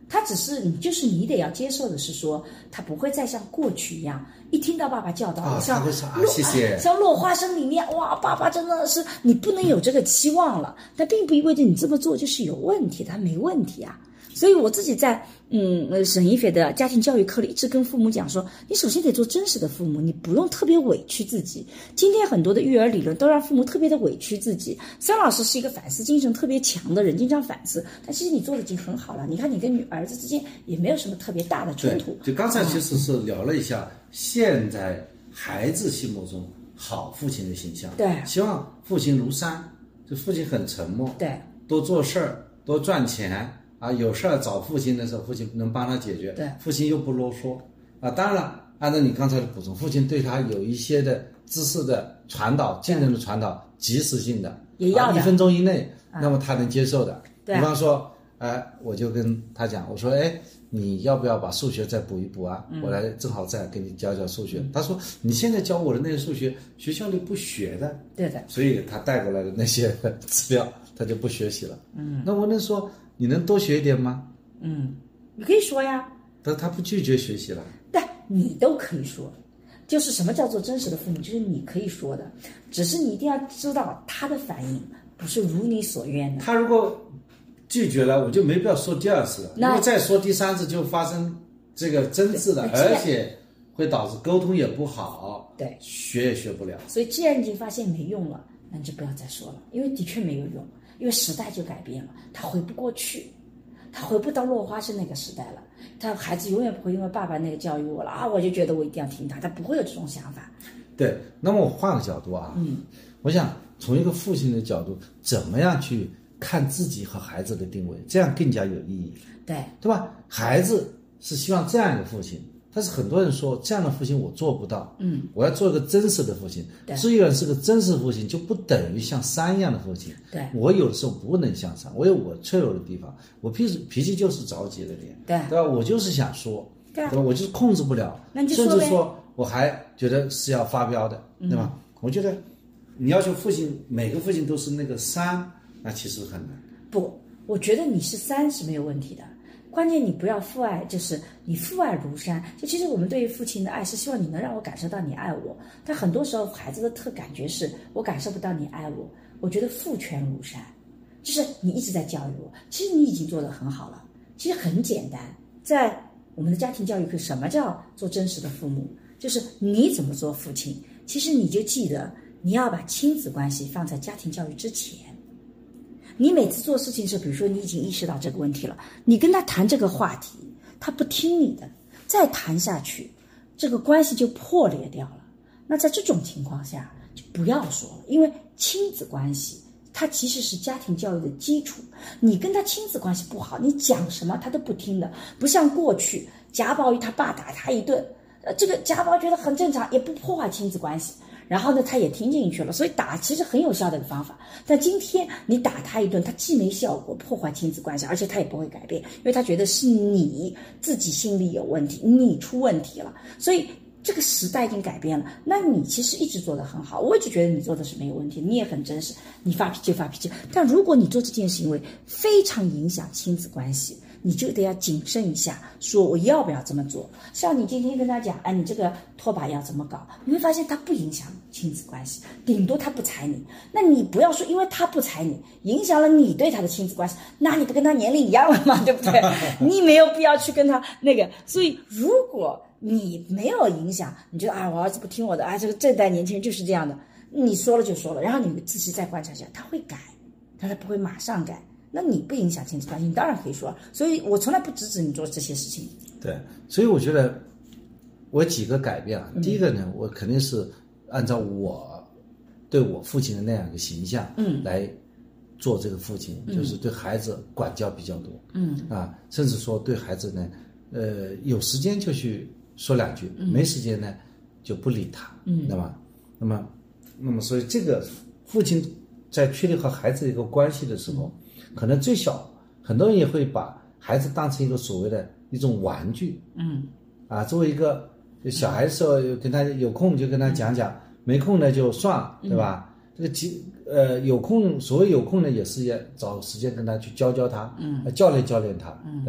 他只是你，就是你得要接受的是说，他不会再像过去一样，一听到爸爸叫到， 啊， 像他会说啊，谢谢， 像落花生里面，哇，爸爸真的是，你不能有这个期望了。但并不意味着你这么做就是有问题，他没问题啊。所以我自己在嗯沈一斐的家庭教育课里一直跟父母讲说，你首先得做真实的父母，你不用特别委屈自己。今天很多的育儿理论都让父母特别的委屈自己。孙老师是一个反思精神特别强的人，经常反思，但其实你做的已经很好了。你看你跟女儿子之间也没有什么特别大的冲突。 就刚才其实是聊了一下、嗯、现在孩子心目中好父亲的形象， 对， 希望父亲如山，就父亲很沉默， 对， 多做事儿，多赚钱。啊，有事儿找父亲的时候，父亲能帮他解决。 对， 父亲又不啰嗦。啊，当然了，按照你刚才的补充，父亲对他有一些的知识的传导、技能的传导，及时性的， 也要的， 啊、一分钟以内， 啊、 那么他能接受的。 对、 比方说，哎，我就跟他讲，我说，哎，你要不要把数学再补一补啊？嗯、我来正好再给你教教数学。嗯、他说，你现在教我的那些数学，学校里不学的。 对的。 所以他带过来的那些资料，他就不学习了。嗯，那我能说。你能多学一点吗？ 嗯，你可以说呀。 但他不拒绝学习了。 但你都可以说，就是什么叫做真实的父母，就是你可以说的，只是你一定要知道他的反应不是如你所愿的。 他如果拒绝了，我就没必要说第二次了，因为再说第三次就发生这个争执了，而且会导致沟通也不好， 对， 学也学不了。 所以既然已经发现没用了，那你就不要再说了，因为的确没有用。因为时代就改变了，他回不过去，他回不到落花生那个时代了。他孩子永远不会因为爸爸那个教育我了啊，我就觉得我一定要听他，他不会有这种想法。 对，那么我换个角度啊，嗯，我想从一个父亲的角度，怎么样去看自己和孩子的定位，这样更加有意义。 对， 对吧？孩子是希望这样一个父亲。但是很多人说这样的父亲我做不到，嗯，我要做一个真实的父亲。虽然是个真实父亲，就不等于像山一样的父亲。 对， 我有的时候不能像山，我有我脆弱的地方，我脾气脾气就是着急的点， 对， 对吧？我就是想说， 对， 对吧？我就是控制不了， 那你就说甚至说我还觉得是要发飙的，对吧？嗯、我觉得你要求父亲每个父亲都是那个山，那其实很难。 不，我觉得你是山是没有问题的。关键你不要父爱，就是你父爱如山。就其实我们对于父亲的爱是希望你能让我感受到你爱我，但很多时候孩子的特感觉是我感受不到你爱我。我觉得父权如山，就是你一直在教育我，其实你已经做得很好了。其实很简单，在我们的家庭教育课，什么叫做真实的父母？就是你怎么做父亲，其实你就记得你要把亲子关系放在家庭教育之前。你每次做事情的时候，比如说你已经意识到这个问题了，你跟他谈这个话题，他不听你的，再谈下去，这个关系就破裂掉了。那在这种情况下，就不要说了，因为亲子关系它其实是家庭教育的基础。你跟他亲子关系不好，你讲什么他都不听的，不像过去贾宝玉他爸打他一顿，呃，这个贾宝觉得很正常，也不破坏亲子关系。然后呢，他也听进去了，所以打其实很有效的一个方法。但今天你打他一顿，他既没效果，破坏亲子关系，而且他也不会改变，因为他觉得是你自己心里有问题，你出问题了。所以这个时代已经改变了，那你其实一直做得很好，我一直觉得你做的是没有问题，你也很真实，你发脾气就发脾气。但如果你做这件行为非常影响亲子关系，你就得要谨慎一下，说我要不要这么做。像你今天跟他讲，哎，你这个拖把要怎么搞，你会发现他不影响亲子关系，顶多他不睬你。那你不要说因为他不睬你影响了你对他的亲子关系，那你不跟他年龄一样了吗？对不对？你没有必要去跟他那个。所以如果你没有影响，你觉得啊，我儿子不听我的，啊，这个这代年轻人就是这样的，你说了就说了，然后你仔细再观察一下，他会改，但他不会马上改。那你不影响亲子关系，你当然可以说。所以我从来不指指你做这些事情。 对，所以我觉得我几个改变啊，嗯、第一个呢，我肯定是按照我对我父亲的那样一个形象，嗯，来做这个父亲，嗯、就是对孩子管教比较多，嗯啊，甚至说对孩子呢，呃，有时间就去说两句，嗯、没时间呢就不理他，嗯，对吧？那么，那么所以这个父亲在确立和孩子的一个关系的时候。嗯可能最小，很多人也会把孩子当成一个所谓的一种玩具，嗯，啊，作为一个小孩子时候跟他有空就跟他讲讲，嗯、没空呢就算了，对吧？嗯、这个几呃有空，所谓有空呢也是要找时间跟他去教教他，嗯，教练教练他，嗯，对吧？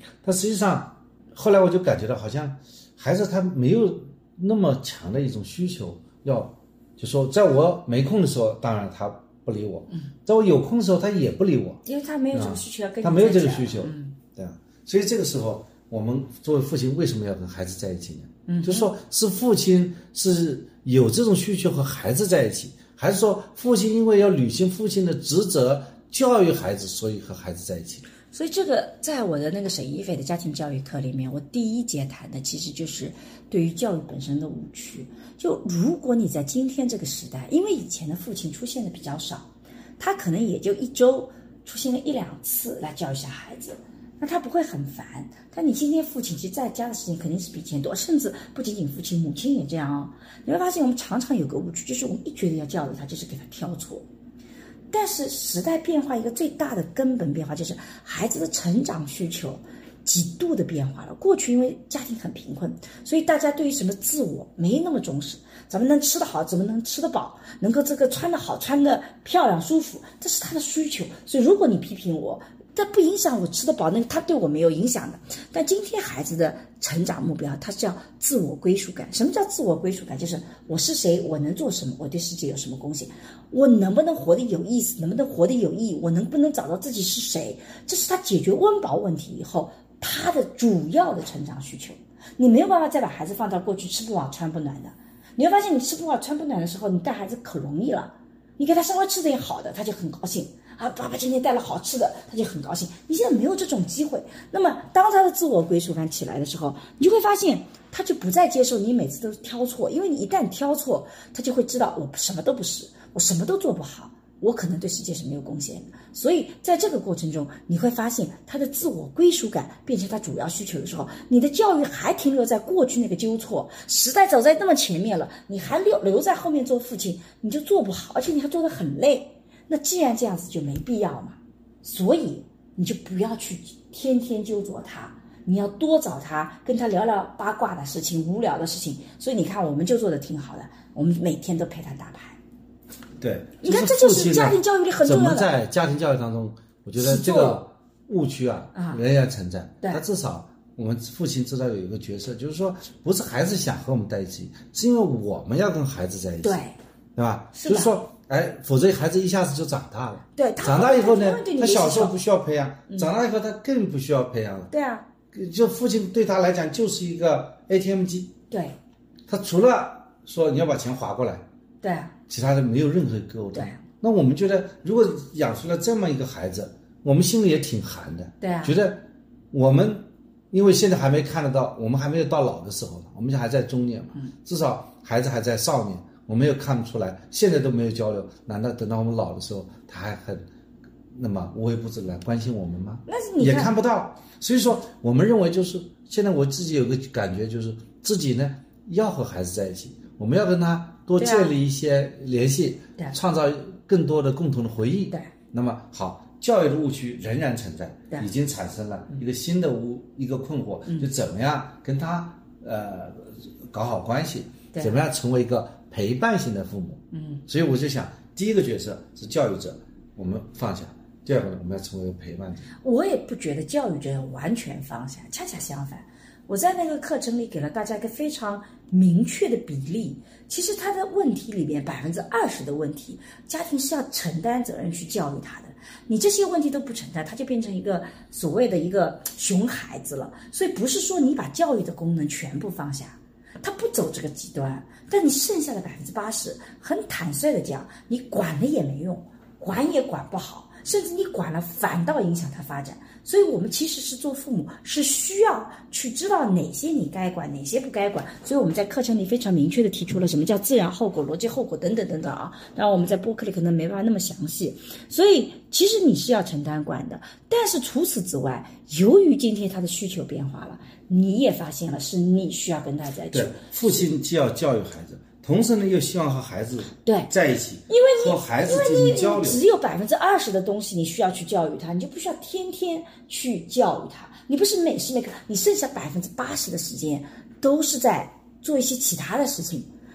但实际上后来我就感觉到好像孩子他没有那么强的一种需求，要就说在我没空的时候，当然他不理我，嗯，在我有空的时候他也不理我， 因为他没有这个需求要跟你、 嗯、他没有这个需求， 嗯， 对啊，所以这个时候我们作为父亲为什么要跟孩子在一起呢？嗯，就是说是父亲是有这种需求和孩子在一起，还是说父亲因为要履行父亲的职责教育孩子，所以和孩子在一起？ 所以这个在我的那个沈一斐的家庭教育课里面，我第一节谈的其实就是对于教育本身的误区。就如果你在今天这个时代，因为以前的父亲出现的比较少，他可能也就一周出现了一两次来教育下孩子，那他不会很烦。但你今天父亲其实在家的事情肯定是比以前多，甚至不仅仅父亲，母亲也这样哦。你会发现我们常常有个误区，就是我们一觉得要教育他，就是给他挑错。但是时代变化一个最大的根本变化就是孩子的成长需求几度的变化了。过去因为家庭很贫困，所以大家对于什么自我没那么重视，怎么能吃得好，怎么能吃得饱，能够这个穿得好，穿得漂亮舒服，这是他的需求。所以如果你批评我，但不影响我吃得饱，那他对我没有影响的。但今天孩子的成长目标，他是叫自我归属感。什么叫自我归属感？就是我是谁，我能做什么，我对世界有什么贡献，我能不能活得有意思，能不能活得有意义，我能不能找到自己是谁，这是他解决温饱问题以后他的主要的成长需求。你没有办法再把孩子放到过去吃不饱穿不暖的，你会发现你吃不饱穿不暖的时候，你带孩子可容易了，你给他稍微吃点好的，他就很高兴啊，爸爸今天带了好吃的，他就很高兴。你现在没有这种机会，那么当他的自我归属感起来的时候，你就会发现他就不再接受你每次都挑错，因为你一旦挑错，他就会知道我什么都不是，我什么都做不好，我可能对世界是没有贡献的。所以在这个过程中，你会发现他的自我归属感变成他主要需求的时候，你的教育还停留在过去那个纠错，时代走在那么前面了，你还留留在后面做父亲，你就做不好，而且你还做得很累。那既然这样子就没必要嘛，所以你就不要去天天纠着他，你要多找他，跟他聊聊八卦的事情，无聊的事情。所以你看我们就做得挺好的，我们每天都陪他打牌。 对， 你看这就是家庭教育里很重要的。 怎么在家庭教育当中，我觉得这个误区啊仍然存在。但至少我们父亲知道有一个角色，就是说不是孩子想和我们在一起，是因为我们要跟孩子在一起， 对， 对吧？就是说，哎，否则孩子一下子就长大了。 对， 长大以后呢，他小时候不需要培养，嗯、长大以后他更不需要培养了。 对啊， 就父亲对他来讲就是一个 A T M 机。 对， 他除了说你要把钱划过来， 对啊， 其他的没有任何沟通。 对， 那我们觉得，如果养出了这么一个孩子，我们心里也挺寒的。 对啊， 觉得我们因为现在还没看得到，我们还没有到老的时候呢，我们还在中年嘛，嗯、至少孩子还在少年。我们也看不出来，现在都没有交流，难道等到我们老的时候，他还很那么无微不至来关心我们吗？ 那是你也看不到。所以说，我们认为就是现在我自己有个感觉，就是自己呢要和孩子在一起，我们要跟他多建立一些联系， 对啊、 创造更多的共同的回忆。 对， 那么好，教育的误区仍然存在， 对， 已经产生了一个新的误、嗯、一个困惑，就怎么样跟他呃搞好关系，怎么样成为一个陪伴型的父母。 嗯， 所以我就想，第一个角色是教育者，我们放下；第二个呢，我们要成为一个陪伴者。 我也不觉得教育者完全放下，恰恰相反，我在那个课程里给了大家一个非常明确的比例。其实他的问题里面百分之二十的问题，家庭是要承担责任去教育他的。你这些问题都不承担，他就变成一个所谓的一个熊孩子了。所以不是说你把教育的功能全部放下。他不走这个极端，但你剩下的百分之八十，很坦率的讲，你管了也没用，管也管不好，甚至你管了反倒影响他发展。所以我们其实是做父母，是需要去知道哪些你该管，哪些不该管。所以我们在课程里非常明确的提出了什么叫自然后果、逻辑后果等等等等啊。当然我们在播客里可能没办法那么详细。所以其实你是要承担管的，但是除此之外，由于今天他的需求变化了，你也发现了是你需要跟他在一起。 对，父亲既要教育孩子，同时呢又希望和孩子对在一起， 因为你和孩子进行交流。 只有百分之二十的东西你需要去教育他，你就不需要天天去教育他。你不是每时每刻，你剩下百分之八十的时间都是在做一些其他的事情。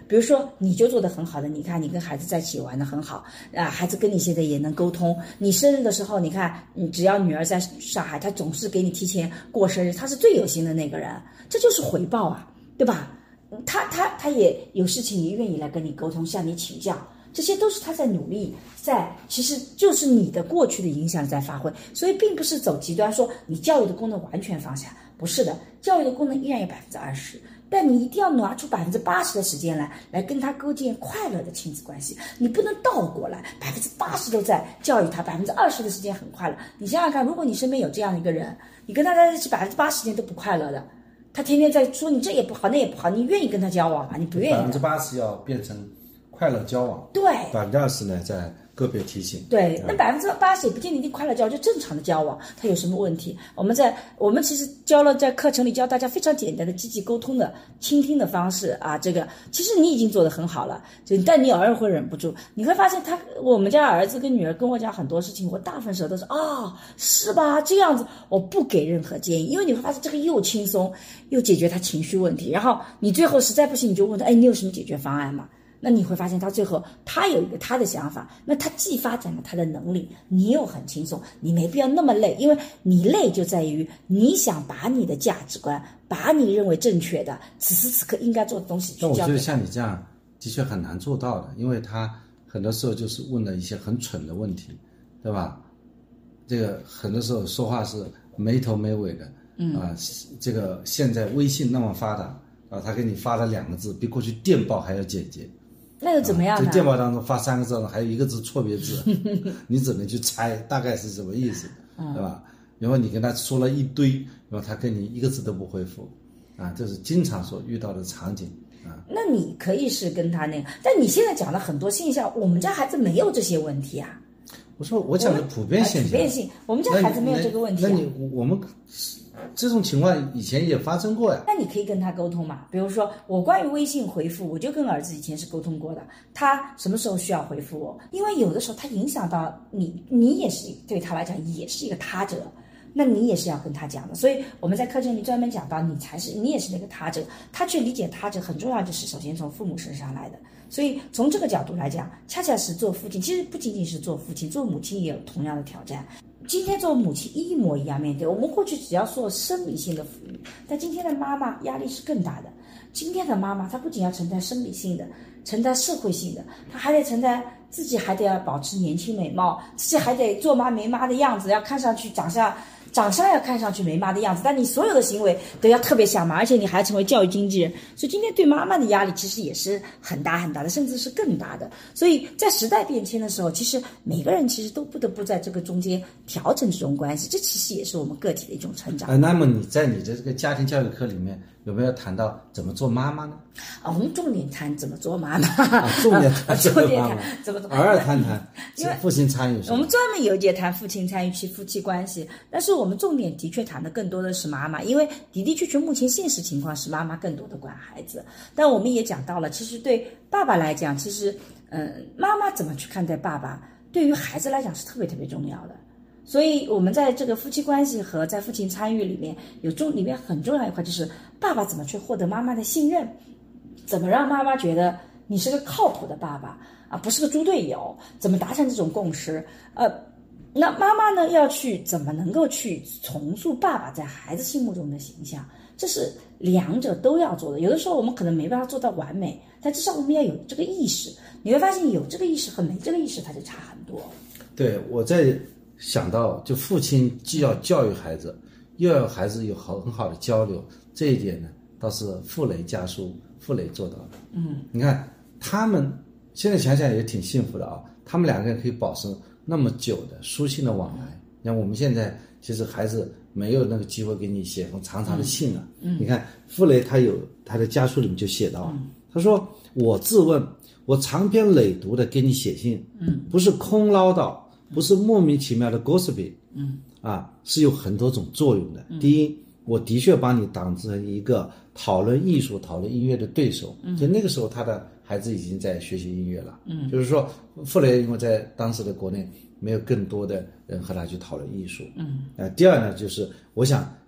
比如说你就做得很好的，你看你跟孩子在一起玩得很好啊，孩子跟你现在也能沟通。你生日的时候，你看你只要女儿在上海，她总是给你提前过生日，她是最有心的那个人，这就是回报啊，对吧？他他他也有事情也愿意来跟你沟通，向你请教，这些都是他在努力，在其实就是你的过去的影响在发挥。所以并不是走极端说你教育的功能完全放下，不是的，教育的功能依然有百分之二十，但你一定要拿出百分之八十的时间来来跟他构建快乐的亲子关系。你不能倒过来，百分之八十都在教育他，百分之二十的时间很快乐。你想想看，如果你身边有这样一个人，你跟他在一起百分之八十时间都不快乐的，他天天在说你这也不好那也不好，你愿意跟他交往吗？你不愿意。 百分之八十要变成快乐交往， 对， 百分之二十呢在个别提醒。 对，那百分之八十也不见得一定快乐交往，就正常的交往，它有什么问题？我们在我们其实教了在课程里教大家非常简单的积极沟通的倾听的方式啊，这个其实你已经做得很好了，就但你偶尔会忍不住，你会发现他我们家儿子跟女儿跟我讲很多事情，我大部分时候都是啊、哦、是吧这样子，我不给任何建议，因为你会发现这个又轻松又解决他情绪问题，然后你最后实在不行你就问他，哎，你有什么解决方案吗？那你会发现他最后他有一个他的想法，那他既发展了他的能力，你又很轻松，你没必要那么累，因为你累就在于你想把你的价值观，把你认为正确的此时此刻应该做的东西去交给他。 但我觉得像你这样的确很难做到的，因为他很多时候就是问了一些很蠢的问题，对吧？这个很多时候说话是没头没尾的，嗯啊，这个现在微信那么发达啊，他给你发了两个字，比过去电报还要简洁。 那又怎么样呢？ 啊、这电报当中发三个字，还有一个字错别字，你只能去猜大概是什么意思，嗯、对吧？然后你跟他说了一堆，然后他跟你一个字都不回复，啊，这是经常所遇到的场景啊。 那你可以是跟他那个，但你现在讲了很多现象，我们家孩子没有这些问题啊。 我说我讲的普遍现象， 普遍性，我们家孩子没有这个问题、啊那。那你我们这种情况以前也发生过呀。 那你可以跟他沟通嘛？比如说我关于微信回复，我就跟儿子以前是沟通过的，他什么时候需要回复我？因为有的时候他影响到你，你也是对他来讲也是一个他者。那你也是要跟他讲的，所以我们在课程里专门讲到，你才是你也是那个他者，他去理解他者很重要，就是首先从父母身上来的。所以从这个角度来讲，恰恰是做父亲，其实不仅仅是做父亲，做母亲也有同样的挑战。今天做母亲一模一样面对，我们过去只要做生理性的抚育，但今天的妈妈压力是更大的。今天的妈妈她不仅要承担生理性的，承担社会性的，她还得承担自己还得要保持年轻美貌，自己还得做妈没妈的样子，要看上去长相长相要看上去没妈的样子，但你所有的行为都要特别像妈，而且你还成为教育经纪人，所以今天对妈妈的压力其实也是很大很大的，甚至是更大的。所以在时代变迁的时候，其实每个人其实都不得不在这个中间调整这种关系，这其实也是我们个体的一种成长。 呃，那么你在你的这个家庭教育课里面有没有谈到怎么做妈妈呢？ 啊，我们重点谈怎么做妈妈， 啊、重点谈重点谈怎么做， 偶尔谈谈父亲参与。 我们专门有一节谈父亲参与其夫妻关系，但是我们重点的确谈的更多的是妈妈，因为的的确确目前现实情况是妈妈更多的管孩子，但我们也讲到了，其实对爸爸来讲，其实嗯、呃，妈妈怎么去看待爸爸，对于孩子来讲是特别特别重要的。所以我们在这个夫妻关系和在父亲参与里面有重里面很重要一块，就是爸爸怎么去获得妈妈的信任，怎么让妈妈觉得你是个靠谱的爸爸啊，不是个猪队友，怎么达成这种共识？呃，那妈妈呢要去怎么能够去重塑爸爸在孩子心目中的形象，这是两者都要做的。有的时候我们可能没办法做到完美，但至少我们要有这个意识。你会发现有这个意识和没这个意识它就差很多。对， 我在想到就父亲既要教育孩子，又要孩子有好很好的交流，这一点呢倒是傅雷家书傅雷做到的。 嗯， 你看他们现在想想也挺幸福的啊，他们两个人可以保持那么久的书信的往来。像我们现在其实孩子没有那个机会给你写封长长的信了。 嗯， 你看傅雷他有他的家书里面就写到，嗯、他说我自问，我长篇累牍的给你写信， 嗯， 不是空唠叨。不是莫名其妙的 gossip， 嗯， 啊，是有很多种作用的。 嗯、 第一，我的确把你当成一个讨论艺术、讨论音乐的对手。嗯，就那个时候，他的孩子已经在学习音乐了。 嗯， 就是说，傅雷因为在当时的国内没有更多的人和他去讨论艺术。 嗯， 啊，第二呢，就是我想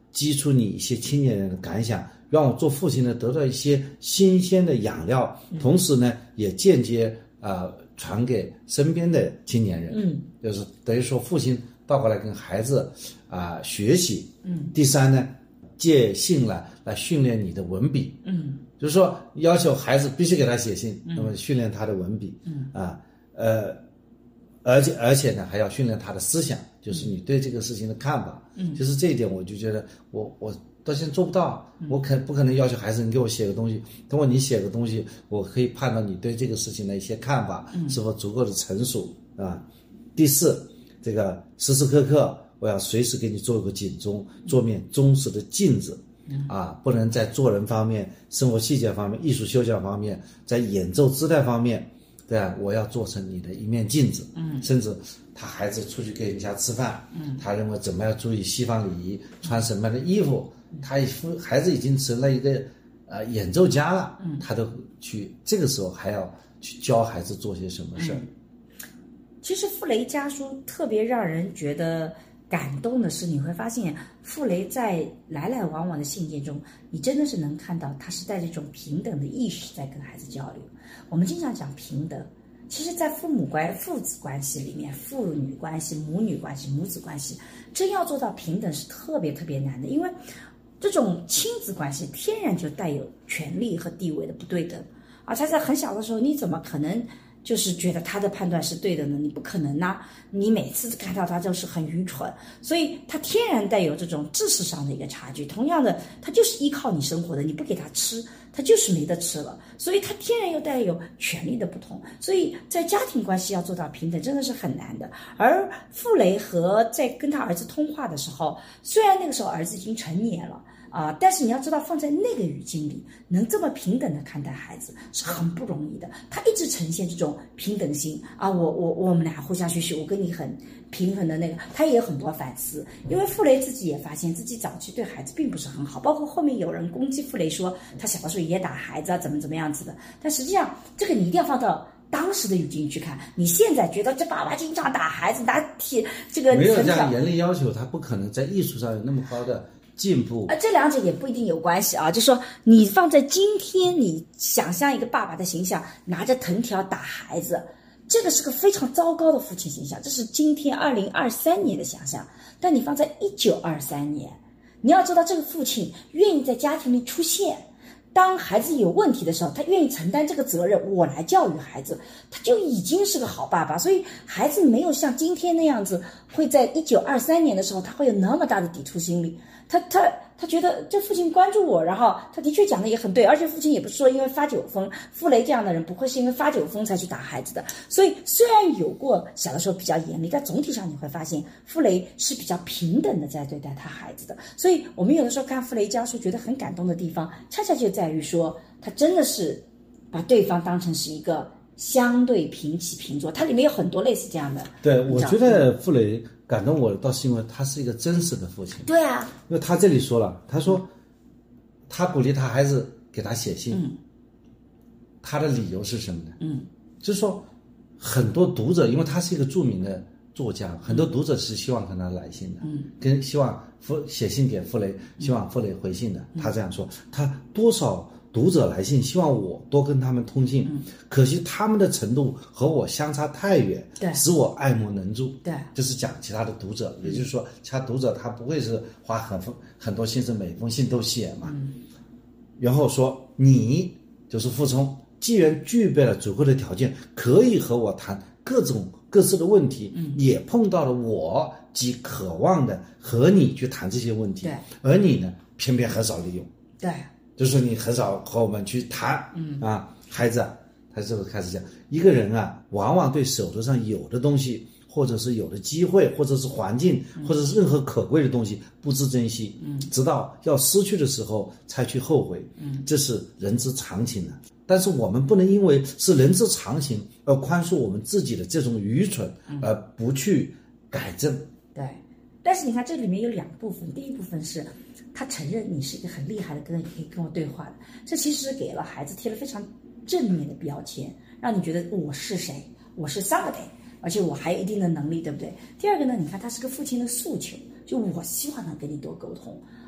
激出你一些青年人的感想，让我做父亲呢得到一些新鲜的养料，同时呢也间接啊、呃、传给身边的青年人， 嗯， 就是等于说父亲倒过来跟孩子啊、呃、学习， 嗯， 第三呢，借信来来训练你的文笔， 嗯， 就是说要求孩子必须给他写信，那么训练他的文笔， 嗯啊呃，而且而且呢还要训练他的思想，就是你对这个事情的看法，嗯，就是这一点我就觉得我我到现在做不到，我可不可能要求孩子你给我写个东西，通过你写个东西，我可以判断你对这个事情的一些看法是否足够的成熟啊。第四，这个时时刻刻我要随时给你做一个警钟，做面忠实的镜子。啊，不能在做人方面、生活细节方面、艺术修养方面，在演奏姿态方面，对吧？我要做成你的一面镜子。嗯，甚至他孩子出去给人家吃饭，嗯，他认为怎么样注意西方礼仪，穿什么样的衣服，他孩子已经成了一个呃演奏家了，嗯，他都去这个时候还要去教孩子做些什么事儿。 嗯，其实傅雷家书特别让人觉得感动的是，你会发现傅雷在来来往往的信件中，你真的是能看到他是带着一种平等的意识在跟孩子交流。我们经常讲平等，其实在父母关父子关系里面，父女关系、母女关系、母子关系，真要做到平等是特别特别难的，因为这种亲子关系天然就带有权力和地位的不对等，而他在很小的时候，你怎么可能就是觉得他的判断是对的呢？你不可能呐、啊！你每次看到他就是很愚蠢，所以他天然带有这种知识上的一个差距。同样的，他就是依靠你生活的，你不给他吃，他就是没得吃了。所以他天然又带有权力的不同。所以在家庭关系要做到平等，真的是很难的。而傅雷和在跟他儿子通话的时候，虽然那个时候儿子已经成年了。啊、呃，但是你要知道，放在那个语境里，能这么平等的看待孩子是很不容易的。他一直呈现这种平等心啊，我我我们俩互相学习，我跟你很平衡的那个。他也有很多反思，因为傅雷自己也发现自己早期对孩子并不是很好，包括后面有人攻击傅雷说他小的时候也打孩子啊，怎么怎么样子的。但实际上，这个你一定要放到当时的语境去看。你现在觉得这爸爸经常打孩子，拿铁这个没有这样严厉要求，他不可能在艺术上有那么高的进步啊，这两者也不一定有关系啊。就说你放在今天，你想象一个爸爸的形象，拿着藤条打孩子，这个是个非常糟糕的父亲形象，这是今天二零二三年的想象。但你放在一九二三年，你要知道这个父亲愿意在家庭里出现，当孩子有问题的时候，他愿意承担这个责任，我来教育孩子，他就已经是个好爸爸。所以孩子没有像今天那样子，会在一九二三年的时候，他会有那么大的抵触心理。他他他觉得这父亲关注我，然后他的确讲的也很对，而且父亲也不是说因为发酒疯，傅雷这样的人不会是因为发酒疯才去打孩子的。所以虽然有过小的时候比较严厉，但总体上你会发现傅雷是比较平等的在对待他孩子的。所以我们有的时候看傅雷家书觉得很感动的地方，恰恰就在于说他真的是把对方当成是一个相对平起平坐，它里面有很多类似这样的。 对，我觉得傅雷感动我倒是因为他是一个真实的父亲。 对啊， 因为他这里说了，他说他鼓励他孩子给他写信， 嗯， 他的理由是什么呢？ 嗯， 就是说很多读者，因为他是一个著名的作家，很多读者是希望跟他来信的，嗯，跟希望傅写信给傅雷，希望傅雷回信的。他这样说，他多少读者来信，希望我多跟他们通信，嗯，可惜他们的程度和我相差太远， 对， 使我爱莫能助。 对， 就是讲其他的读者，也就是说，其他读者他不会是花很很多心思每封信都写嘛。嗯，然后说你就是傅聪，既然具备了足够的条件，可以和我谈各种各式的问题，嗯，也碰到了我极渴望的和你去谈这些问题， 对， 而你呢，偏偏很少利用， 对。 就是你很少和我们去谈，嗯啊，孩子，他这个开始讲，一个人啊，往往对手头上有的东西，或者是有的机会，或者是环境，或者是任何可贵的东西，不知珍惜，嗯，直到要失去的时候才去后悔，嗯，这是人之常情的。但是我们不能因为是人之常情而宽恕我们自己的这种愚蠢，而不去改正。 对，但是你看这里面有两部分，第一部分是他承认你是一个很厉害的，跟可以跟我对话的，这其实给了孩子贴了非常正面的标签，让你觉得我是谁，我是 somebody， 而且我还有一定的能力，对不对？第二个呢，你看他是个父亲的诉求，就我希望能跟你多沟通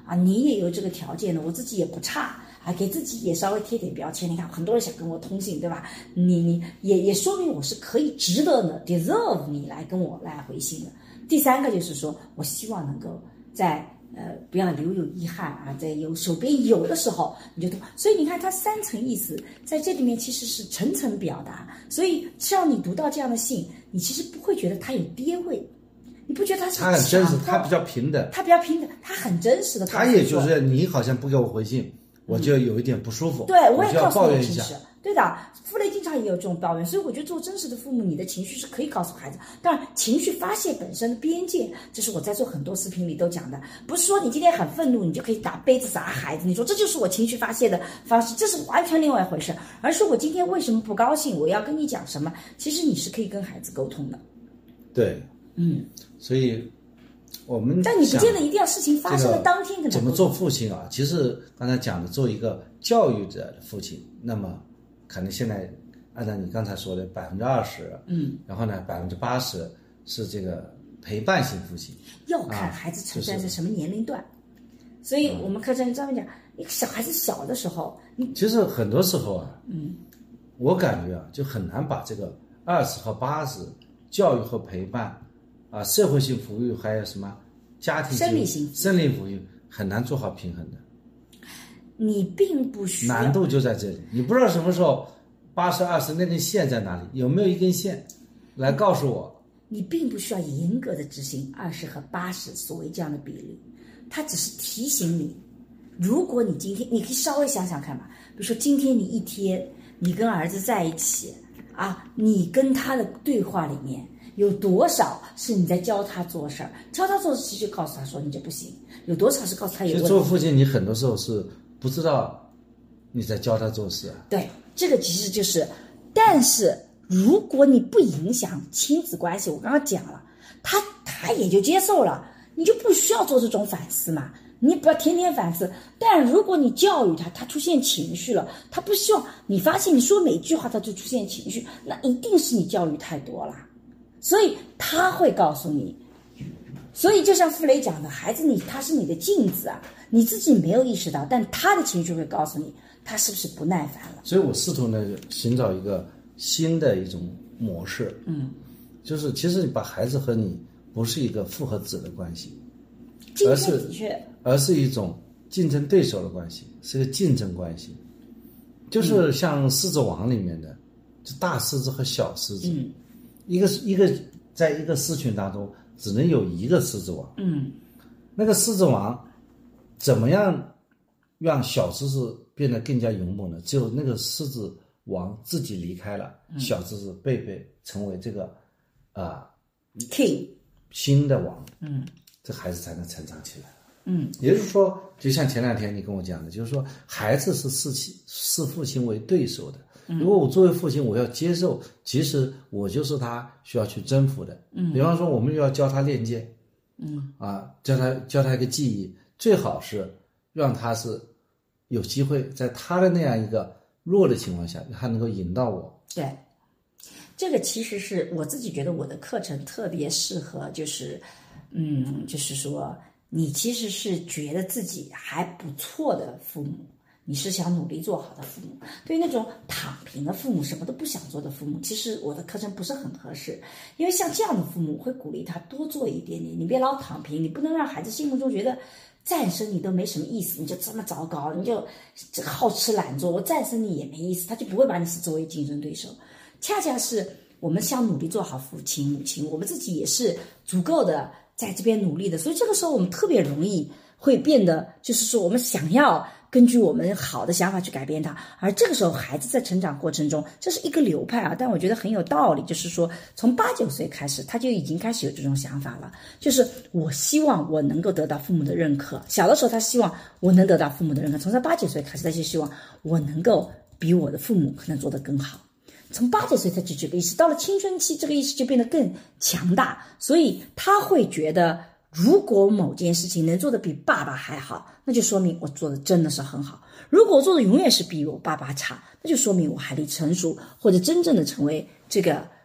啊，你也有这个条件的，我自己也不差啊，给自己也稍微贴点标签。你看很多人想跟我通信，对吧？你你也也说明我是可以值得的 deserve 你来跟我来回信的。第三个就是说我希望能够在呃不要留有遗憾啊，在有手边有的时候你就通。所以你看它三层意思在这里面其实是层层表达，所以只要你读到这样的信，你其实不会觉得它有跌位。你不觉得他是他很真实，他比较平等， 他比较平等，他很真实的。 他也就是你好像不给我回信，嗯、我就有一点不舒服， 对我也就要抱怨一下。 对的，傅雷经常也有这种抱怨，所以我觉得做真实的父母，你的情绪是可以告诉孩子。当然，情绪发泄本身的边界，这是我在做很多视频里都讲的，不是说你今天很愤怒，你就可以打杯子砸孩子，你说这就是我情绪发泄的方式，这是完全另外一回事。而是我今天为什么不高兴，我要跟你讲什么，其实你是可以跟孩子沟通的。 对， 嗯， 所以。我们但你不见得一定要事情发生的当天跟他、 这个、怎么做父亲啊？其实刚才讲的，做一个教育者的父亲，那么可能现在按照你刚才说的百分之二十， 嗯， 然后呢百分之八十是这个陪伴型父亲， 要看孩子存在在什么年龄段。啊就是、所以我们课程专门讲，一个小孩子小的时候，你其实很多时候啊， 嗯， 我感觉啊，就很难把这个二十和八十教育和陪伴。啊，社会性服务还有什么家庭生理性生理服务很难做好平衡的。 你并不需要， 难度就在这里，你不知道什么时候八十二十那根线在哪里，有没有一根线来告诉我？ 你并不需要严格的执行二十和八十所谓这样的比例，它只是提醒你，如果你今天你可以稍微想想看吧，比如说今天你一天你跟儿子在一起啊，你跟他的对话里面。有多少是你在教他做事儿？教他做事，其实就告诉他说你这不行。有多少是告诉他有问题？ 做父亲，你很多时候是不知道你在教他做事。 对，这个其实就是，但是如果你不影响亲子关系，我刚刚讲了，他他也就接受了，你就不需要做这种反思嘛。你不要天天反思。但如果你教育他，他出现情绪了，他不希望你发现你说每一句话他就出现情绪，那一定是你教育太多了。所以他会告诉你，所以就像傅雷讲的，孩子你他是你的镜子啊，你自己没有意识到，但他的情绪会告诉你他是不是不耐烦了。 所以我试图呢寻找一个新的一种模式， 嗯， 就是其实把孩子和你不是一个父和子的关系，而是而是一种竞争对手的关系，是个竞争关系，就是像狮子王里面的，就大狮子和小狮子。 嗯， 一个一个在一个狮群当中只能有一个狮子王， 嗯， 那个狮子王怎么样让小狮子变得更加勇猛呢？只有那个狮子王自己离开了， 嗯、 小狮子贝贝成为这个啊、 呃、king 新的王， 嗯， 这孩子才能成长起来。 嗯， 也就是说，就像前两天你跟我讲的，就是说孩子是视亲视父亲为对手的。如果我作为父亲，我要接受，其实我就是他需要去征服的。 嗯， 比方说，我们要教他练剑， 嗯， 啊，教他教他一个技艺，最好是让他是有机会在他的那样一个弱的情况下，他能够引导我。 对，这个其实是我自己觉得我的课程特别适合，就是嗯，就是说你其实是觉得自己还不错的父母。你是想努力做好的父母，对于那种躺平的父母，什么都不想做的父母，其实我的课程不是很合适。因为像这样的父母，我会鼓励他多做一点点，你别老躺平，你不能让孩子心目中觉得战胜你都没什么意思，你就这么糟糕，你就这个好吃懒做，我战胜你也没意思，他就不会把你视作为竞争对手。恰恰是我们想努力做好父亲母亲，我们自己也是足够的在这边努力的，所以这个时候我们特别容易会变得，就是说我们想要根据我们好的想法去改变它，而这个时候孩子在成长过程中，这是一个流派啊，但我觉得很有道理，就是说从八九岁开始，他就已经开始有这种想法了，就是我希望我能够得到父母的认可。小的时候他希望我能得到父母的认可，从他八九岁开始，他就希望我能够比我的父母可能做得更好。从八九岁他就这个意识，到了青春期，这个意识就变得更强大，所以他会觉得，如果某件事情能做得比爸爸还好，那就说明我做的真的是很好。如果我做的永远是比我爸爸差，那就说明我还离成熟或者真正的成为这个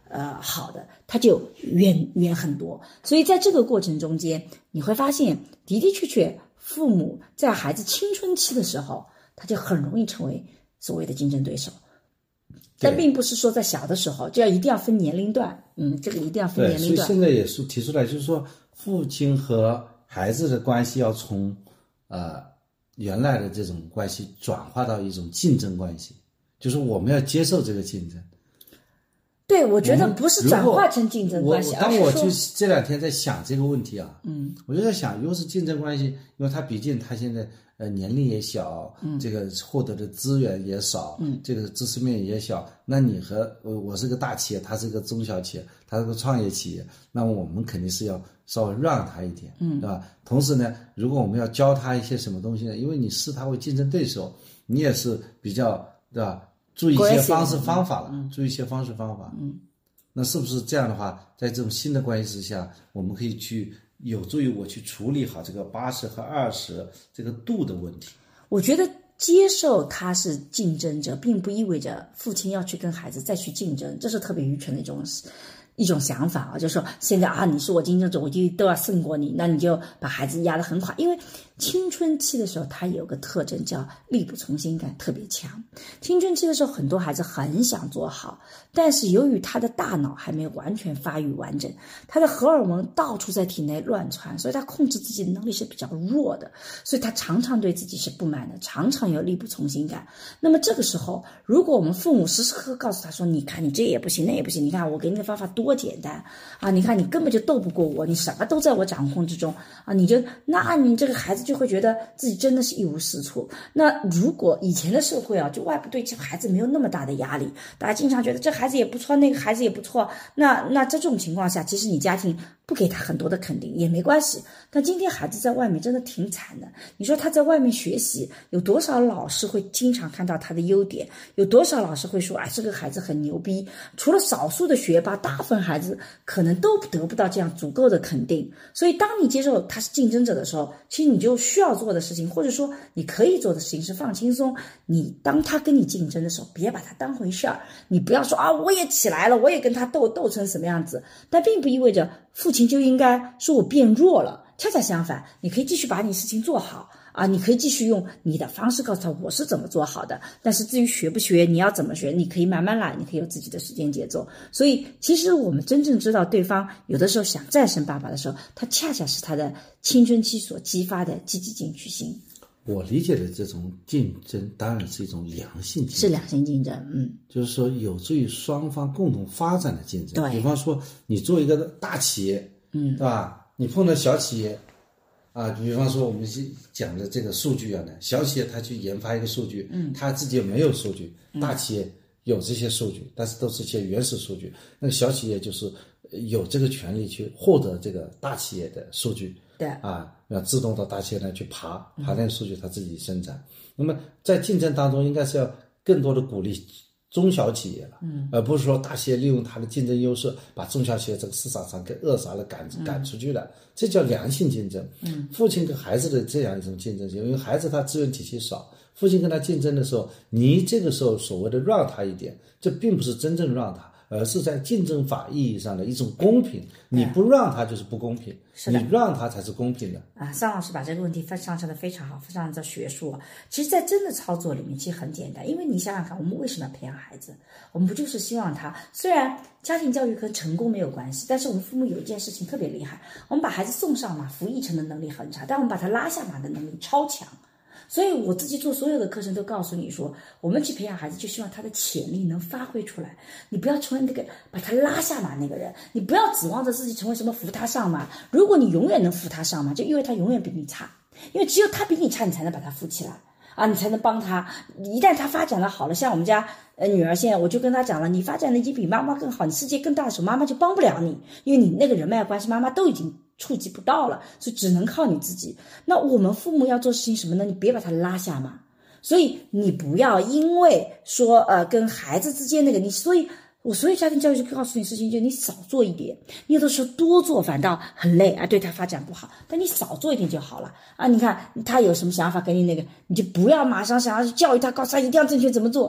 呃好的，他就远远很多。所以在这个过程中间，你会发现的的确确父母在孩子青春期的时候，他就很容易成为所谓的竞争对手。但并不是说在小的时候就要一定要分年龄段，嗯，这个一定要分年龄段。 对，所以现在也是提出来，就是说父亲和孩子的关系要从呃原来的这种关系转化到一种竞争关系，就是我们要接受这个竞争。 对，我觉得不是转化成竞争关系， 我当我就这两天在想这个问题啊，嗯，我就在想，如果是竞争关系，因为他毕竟他现在呃年龄也小，嗯，这个获得的资源也少，嗯，这个知识面也小，那你和我我是个大企业，他是个中小企业，他是个创业企业，那我们肯定是要稍微让他一点，嗯，对吧？同时呢，如果我们要教他一些什么东西呢，因为你视他为竞争对手，你也是比较，对吧？注意一些方式方法了，嗯、注意一些方式方法。嗯，那是不是这样的话，在这种新的关系之下，我们可以去有助于我去处理好这个八十和二十这个度的问题？ 我觉得接受他是竞争者，并不意味着父亲要去跟孩子再去竞争，这是特别愚蠢的一种一种想法啊，就是说现在啊，你是我竞争者，我就都要胜过你，那你就把孩子压得很垮。因为青春期的时候，他有个特征叫力不从心感特别强。青春期的时候，很多孩子很想做好，但是由于他的大脑还没完全发育完整，他的荷尔蒙到处在体内乱窜，所以他控制自己的能力是比较弱的，所以他常常对自己是不满的，常常有力不从心感。那么这个时候，如果我们父母时时刻刻告诉他说，你看你这也不行那也不行，你看我给你的方法多简单啊，你看你根本就斗不过我，你什么都在我掌控之中啊，你就那你这个孩子就会觉得自己真的是一无是处。那如果以前的社会啊，就外部对这个孩子没有那么大的压力，大家经常觉得这孩子也不错，那个孩子也不错，那那在这种情况下，其实你家庭不给他很多的肯定也没关系。但今天孩子在外面真的挺惨的，你说他在外面学习，有多少老师会经常看到他的优点，有多少老师会说哎，这个孩子很牛逼，除了少数的学霸，大部分孩子可能都得不到这样足够的肯定。所以当你接受他是竞争者的时候，其实你就需要做的事情，或者说你可以做的事情是放轻松。你当他跟你竞争的时候，别把他当回事儿，你不要说啊我也起来了，我也跟他斗斗成什么样子。但并不意味着父亲就应该说我变弱了，恰恰相反，你可以继续把你事情做好啊，你可以继续用你的方式告诉他我是怎么做好的。但是至于学不学，你要怎么学，你可以慢慢来，你可以有自己的时间节奏。所以其实我们真正知道对方有的时候想战胜爸爸的时候，他恰恰是他的青春期所激发的积极进取心。 我理解的这种竞争当然是一种良性竞争， 是良性竞争，嗯， 就是说有助于双方共同发展的竞争。 对， 比方说你做一个大企业，嗯，对吧？你碰到小企业，啊，比方说我们讲的这个数据啊呢，小企业他去研发一个数据，嗯，他自己没有数据，大企业有这些数据，但是都是一些原始数据。那个小企业就是有这个权利去获得这个大企业的数据。 对啊，要自动到大企业呢去爬爬那个数据，他自己生产。嗯、那么在竞争当中，应该是要更多的鼓励中小企业了，嗯，而不是说大企业利用它的竞争优势，把中小企业这个市场上给扼杀了、赶赶出去了，嗯、这叫良性竞争。嗯，父亲跟孩子的这样一种竞争性，因为孩子他资源体系少，父亲跟他竞争的时候，你这个时候所谓的让他一点，这并不是真正让他。而是在竞争法意义上的一种公平，你不让他就是不公平，你让他才是公平的啊。尚老师把这个问题分上升的非常好，非常的学术。其实在真的操作里面其实很简单，因为你想想看，我们为什么要培养孩子？我们不就是希望他，虽然家庭教育跟成功没有关系，但是我们父母有一件事情特别厉害，我们把孩子送上马扶一程的能力很差，但我们把他拉下马的能力超强。所以我自己做所有的课程都告诉你说，我们去培养孩子就希望他的潜力能发挥出来，你不要成为那个把他拉下马那个人，你不要指望着自己成为什么扶他上马。如果你永远能扶他上马，就因为他永远比你差，因为只有他比你差，你才能把他扶起来啊，你才能帮他。一旦他发展的好了，像我们家呃女儿现在，我就跟她讲了，你发展的已经比妈妈更好，你世界更大的时候，妈妈就帮不了你，因为你那个人脉关系妈妈都已经触及不到了，所以只能靠你自己。那我们父母要做事情什么呢？你别把他拉下马，所以你不要因为说呃跟孩子之间那个你，所以我所有家庭教育就告诉你事情，就你少做一点，你有的时候多做反倒很累啊，对他发展不好，但你少做一点就好了啊。你看他有什么想法给你那个，你就不要马上想要教育他，告诉他一定要正确怎么做。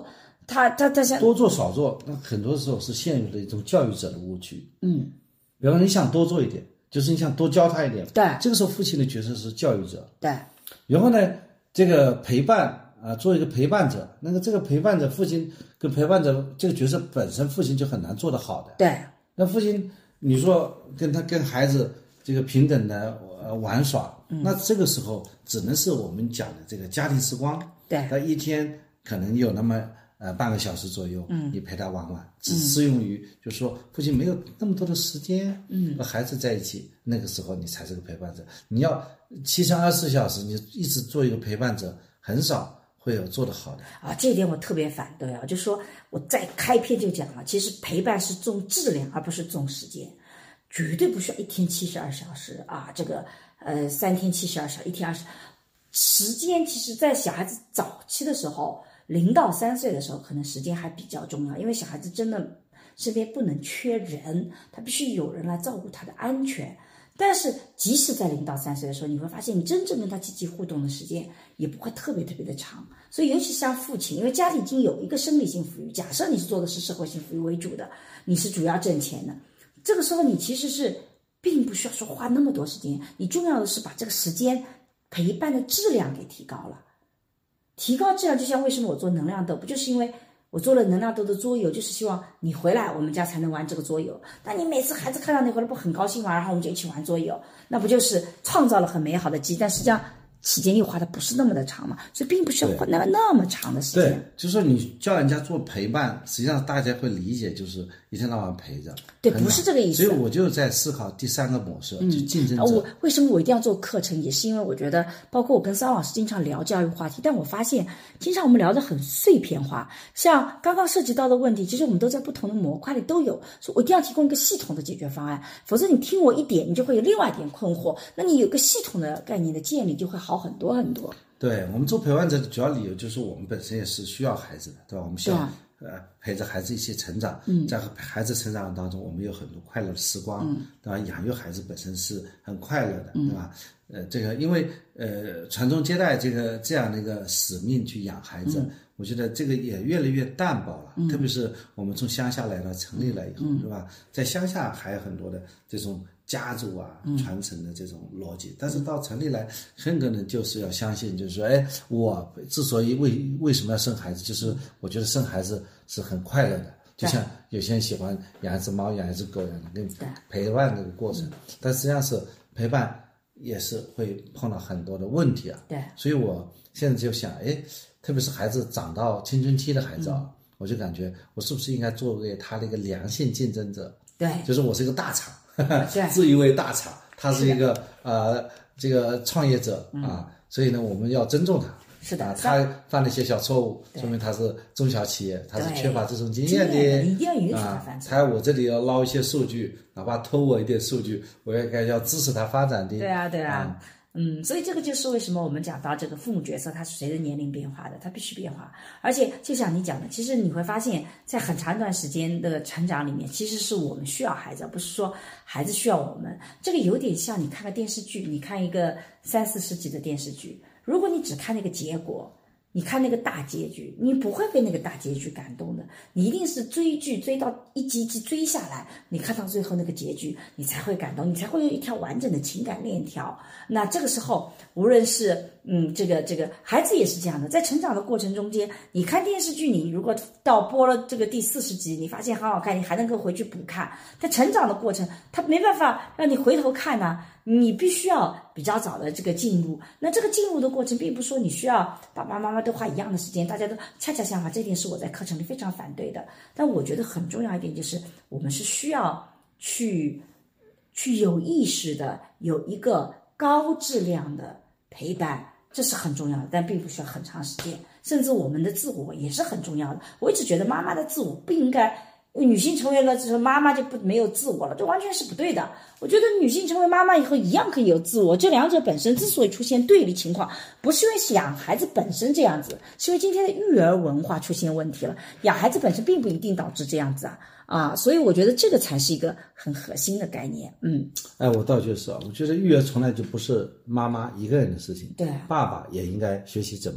他他他想多做少做，那很多时候是陷入的一种教育者的误区。 嗯， 比方说你想多做一点，就是你想多教他一点， 对， 这个时候父亲的角色是教育者， 对， 然后呢，这个陪伴。啊，做一个陪伴者，那个这个陪伴者，父亲跟陪伴者这个角色本身，父亲就很难做得好的。 对， 那父亲，你说跟他跟孩子这个平等的呃玩耍，嗯、那这个时候只能是我们讲的这个家庭时光。 对， 他一天可能有那么呃半个小时左右，嗯，你陪他玩玩，只适用于、嗯、就是说父亲没有那么多的时间，嗯，和孩子在一起，那个时候你才是个陪伴者。你要七乘二十四小时，你一直做一个陪伴者，很少会有做得好的啊，这一点我特别反对啊！就说我在开篇就讲了，其实陪伴是重质量，而不是重时间，绝对不需要一天七十二小时啊，这个呃三天七十二小时，一天二十。时间其实，在小孩子早期的时候，零到三岁的时候，可能时间还比较重要，因为小孩子真的身边不能缺人，他必须有人来照顾他的安全。但是即使在零到三岁的时候，你会发现你真正跟他积极互动的时间也不会特别特别的长。所以尤其像父亲，因为家里已经有一个生理性富裕，假设你是做的是社会性富裕为主的，你是主要挣钱的，这个时候你其实是并不需要说花那么多时间，你重要的是把这个时间陪伴的质量给提高了。提高质量，就像为什么我做能量豆，不就是因为我做了能量豆的桌游，就是希望你回来我们家才能玩这个桌游。那你每次孩子看到你回来不很高兴吗？然后我们就一起玩桌游，那不就是创造了很美好的记忆？但实际上期间又花的不是那么的长嘛，所以并不需要花那么那么长的时间。 对，就是说你叫人家做陪伴，实际上大家会理解，就是一天到晚陪着。 对，不是这个意思。 所以我就在思考第三个模式，嗯、就竞争者。 我为什么我一定要做课程，也是因为我觉得，包括我跟桑老师经常聊教育话题，但我发现经常我们聊得很碎片化，像刚刚涉及到的问题，其实我们都在不同的模块里都有，所以我一定要提供一个系统的解决方案，否则你听我一点，你就会有另外一点困惑，那你有个系统的概念的建立就会好很多很多。 对，我们做陪伴者的主要理由就是我们本身也是需要孩子的，对吧？我们需要、啊、呃陪着孩子一起成长，嗯，在孩子成长当中，我们有很多快乐的时光，嗯，对吧？养育孩子本身是很快乐的，嗯、对吧？呃，这个因为呃传宗接代这个这样的一个使命去养孩子，嗯、我觉得这个也越来越淡薄了，嗯、特别是我们从乡下来了，城里来以后，嗯、对吧？在乡下还有很多的这种家族啊传承的这种逻辑，嗯、但是到城里来，很可能就是要相信，就是说，哎，我之所以为为什么要生孩子，就是我觉得生孩子是很快乐的，就像有些人喜欢养一只猫、养一只狗一样的，跟陪伴这个过程，但实际上是陪伴也是会碰到很多的问题啊。 对， 所以我现在就想，哎，特别是孩子长到青春期的孩子啊，嗯、我就感觉我是不是应该作为他的一个良性竞争者？对，就是我是一个大厂。自以为大厂，他是一个呃这个创业者、嗯、啊，所以呢，我们要尊重他。 是的， 啊、他犯了一些小错误，说明他是中小企业，他是缺乏这种经验的。 一定要允许他犯错。 他我这里要捞一些数据，哪怕偷我一点数据，我也该要支持他发展的。 对啊，对啊。嗯嗯，所以这个就是为什么我们讲到这个父母角色，它是随着年龄变化的，它必须变化。而且就像你讲的，其实你会发现在很长一段时间的成长里面，其实是我们需要孩子，不是说孩子需要我们。这个有点像你看个电视剧，你看一个三四十集的电视剧，如果你只看那个结果，你看那个大结局，你不会被那个大结局感动的，你一定是追剧追到一集一集追下来，你看到最后那个结局，你才会感动，你才会有一条完整的情感链条。那这个时候，无论是嗯这个这个孩子也是这样的，在成长的过程中间，你看电视剧，你如果到播了这个第四十集，你发现很好看，你还能够回去补看。但成长的过程，他没办法让你回头看啊。你必须要比较早的这个进入，那这个进入的过程并不是说你需要爸爸妈妈都花一样的时间，大家都恰恰相反，这点是我在课程里非常反对的。但我觉得很重要一点就是，我们是需要去去有意识的有一个高质量的陪伴，这是很重要的，但并不需要很长时间。甚至我们的自我也是很重要的。我一直觉得妈妈的自我不应该。女性成为了就是妈妈就不没有自我了，这完全是不对的。我觉得女性成为妈妈以后一样可以有自我，这两者本身之所以出现对立情况，不是因为养孩子本身这样子，是因为今天的育儿文化出现问题了。养孩子本身并不一定导致这样子啊啊，所以我觉得这个才是一个很核心的概念。嗯， 哎，我倒就是啊，我觉得育儿从来就不是妈妈一个人的事情， 对， 爸爸也应该学习怎么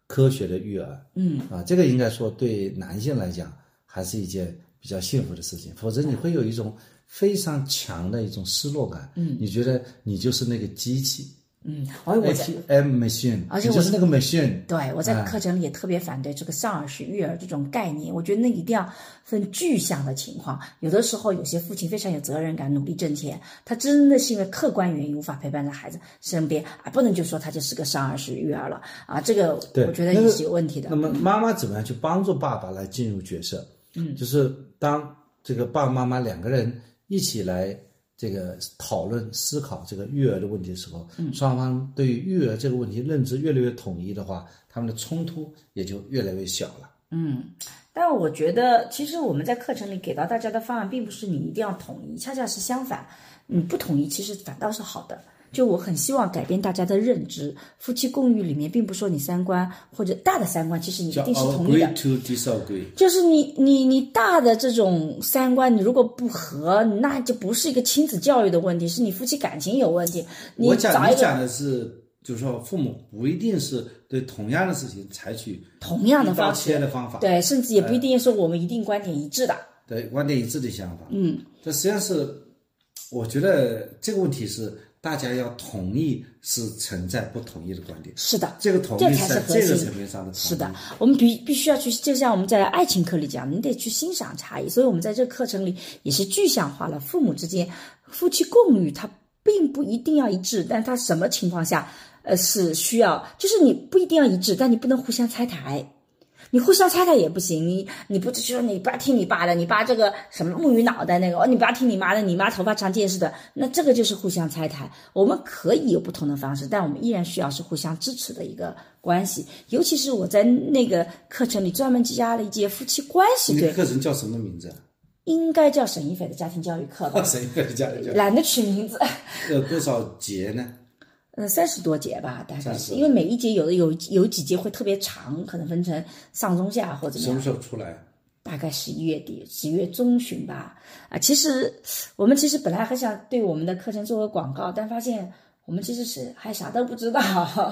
科学的育儿。 嗯啊，这个应该说对男性来讲还是一件比较幸福的事情，否则你会有一种非常强的一种失落感。 嗯， 你觉得你就是那个机器。 嗯，而我在 A T M machine， 而且我就是那个 machine。 对，我在课程里也特别反对这个上儿式育儿这种概念，我觉得那一定要分具象的情况。有的时候有些父亲非常有责任感，努力挣钱，他真的是因为客观原因无法陪伴在孩子身边啊，不能就说他就是个上儿式育儿了啊，这个我觉得也是有问题的。 那么妈妈怎么样去帮助爸爸来进入角色？ 嗯， 就是当这个爸爸妈妈两个人一起来这个讨论思考这个育儿的问题的时候，嗯，双方对于育儿这个问题认知越来越统一的话，他们的冲突也就越来越小了。 嗯，但我觉得其实我们在课程里给到大家的方案并不是你一定要统一，恰恰是相反，你不统一其实反倒是好的。就我很希望改变大家的认知，夫妻共育里面并不说你三观或者大的三观其实你一定是同意的， agree to disagree， 就是你你你大的这种三观你如果不合，那就不是一个亲子教育的问题，是你夫妻感情有问题。你我讲找一个你讲的是就是说父母不一定是对同样的事情采取同样的方式一刀切的方法， 对，甚至也不一定说我们一定观点一致的， 对观点一致的想法。 嗯， 这实际上是我觉得这个问题是大家要同意是存在不同意的观点。 是的， 这个同这意是在这才是核心个层面上的同意。 是的，我们必必须要去，就像我们在爱情课里讲，你得去欣赏差异。所以我们在这个课程里也是具象化了，父母之间夫妻共育，它并不一定要一致，但它什么情况下，呃，是需要，就是你不一定要一致，但你不能互相拆台。你互相拆台也不行，你你不是说你爸听你爸的，你爸这个什么木鱼脑袋那个，哦，你爸听你妈的，你妈头发长见识的，那这个就是互相拆台。我们可以有不同的方式，但我们依然需要是互相支持的一个关系。尤其是我在那个课程里专门加了一节夫妻关系。对， 你的课程叫什么名字？ 应该叫沈一斐的家庭教育课吧？ 沈一斐的家庭教育， 懒得取名字。 有多少节呢？ 呃，三十多节吧，大概是因为每一节有的有有几节会特别长，可能分成上中下或者怎么样。 什么时候出来？ 大概十一月底、十月中旬吧。啊，其实我们其实本来很想对我们的课程做个广告，但发现我们其实是还啥都不知道。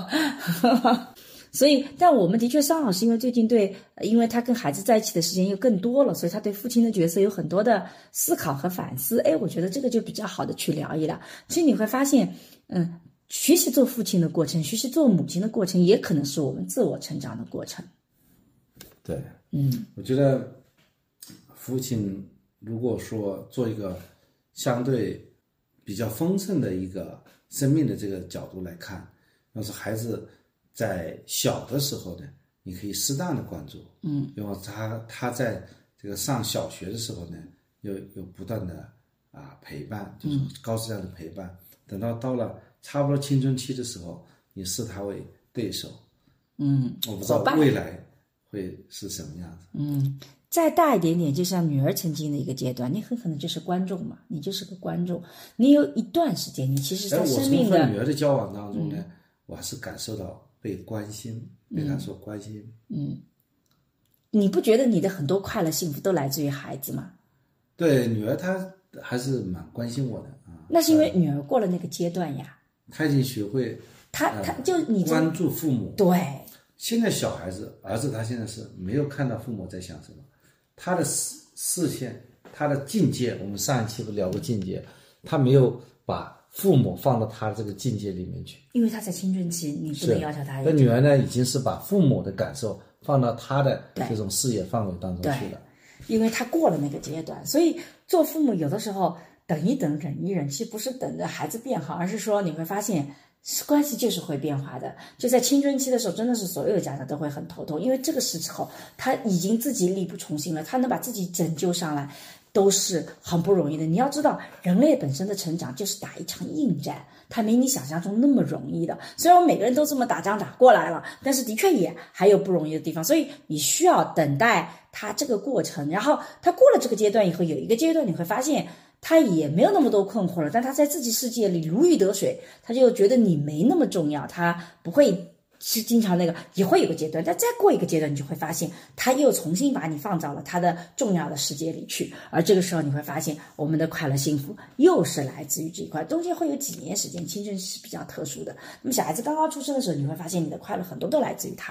所以，但我们的确，桑老师因为最近对，因为他跟孩子在一起的时间又更多了，所以他对父亲的角色有很多的思考和反思。哎，我觉得这个就比较好的去聊一聊。其实你会发现，嗯。学习做父亲的过程，学习做母亲的过程，也可能是我们自我成长的过程。 对， 嗯， 我觉得父亲如果说做一个相对比较丰盛的一个生命的这个角度来看，要是孩子在小的时候呢，你可以适当的关注， 嗯， 因为他他在这个上小学的时候呢，有有不断的啊陪伴，就是高质量的陪伴。等到到了差不多青春期的时候，你视他为对手， 嗯， 我不知道未来会是什么样子。 嗯，再大一点点，就像女儿曾经的一个阶段，你很可能就是观众嘛，你就是个观众。你有一段时间，你其实在生命的我从和女儿的交往当中呢，嗯、我还是感受到被关心，被她所关心。 嗯，你不觉得你的很多快乐幸福都来自于孩子吗？ 对，女儿她还是蛮关心我的啊。 那是因为女儿过了那个阶段呀。 她已经学会， 她她就你关注父母。 对。 现在小孩子，儿子他现在是没有看到父母在想什么，他的视视线，他的境界，我们上一期不聊过境界，他没有把父母放到他这个境界里面去， 因为他在青春期，你不能要求他。 那女儿呢，已经是把父母的感受放到他的这种视野范围当中去了， 因为他过了那个阶段，所以做父母有的时候等一等，忍一忍，其实不是等着孩子变好，而是说你会发现。关系就是会变化的，就在青春期的时候，真的是所有的家长都会很头痛，因为这个时候他已经自己力不从心了，他能把自己拯救上来，都是很不容易的。你要知道，人类本身的成长就是打一场硬战，它没你想象中那么容易的。虽然我们每个人都这么打仗打过来了，但是的确也还有不容易的地方，所以你需要等待他这个过程，然后他过了这个阶段以后，有一个阶段你会发现。他也没有那么多困惑了，但他在自己世界里如鱼得水，他就觉得你没那么重要，他不会是经常那个，也会有个阶段，但再过一个阶段，你就会发现他又重新把你放到了他的重要的世界里去，而这个时候你会发现我们的快乐幸福又是来自于这一块，中间会有几年时间，青春期是比较特殊的。那么小孩子刚刚出生的时候，你会发现你的快乐很多都来自于他嘛，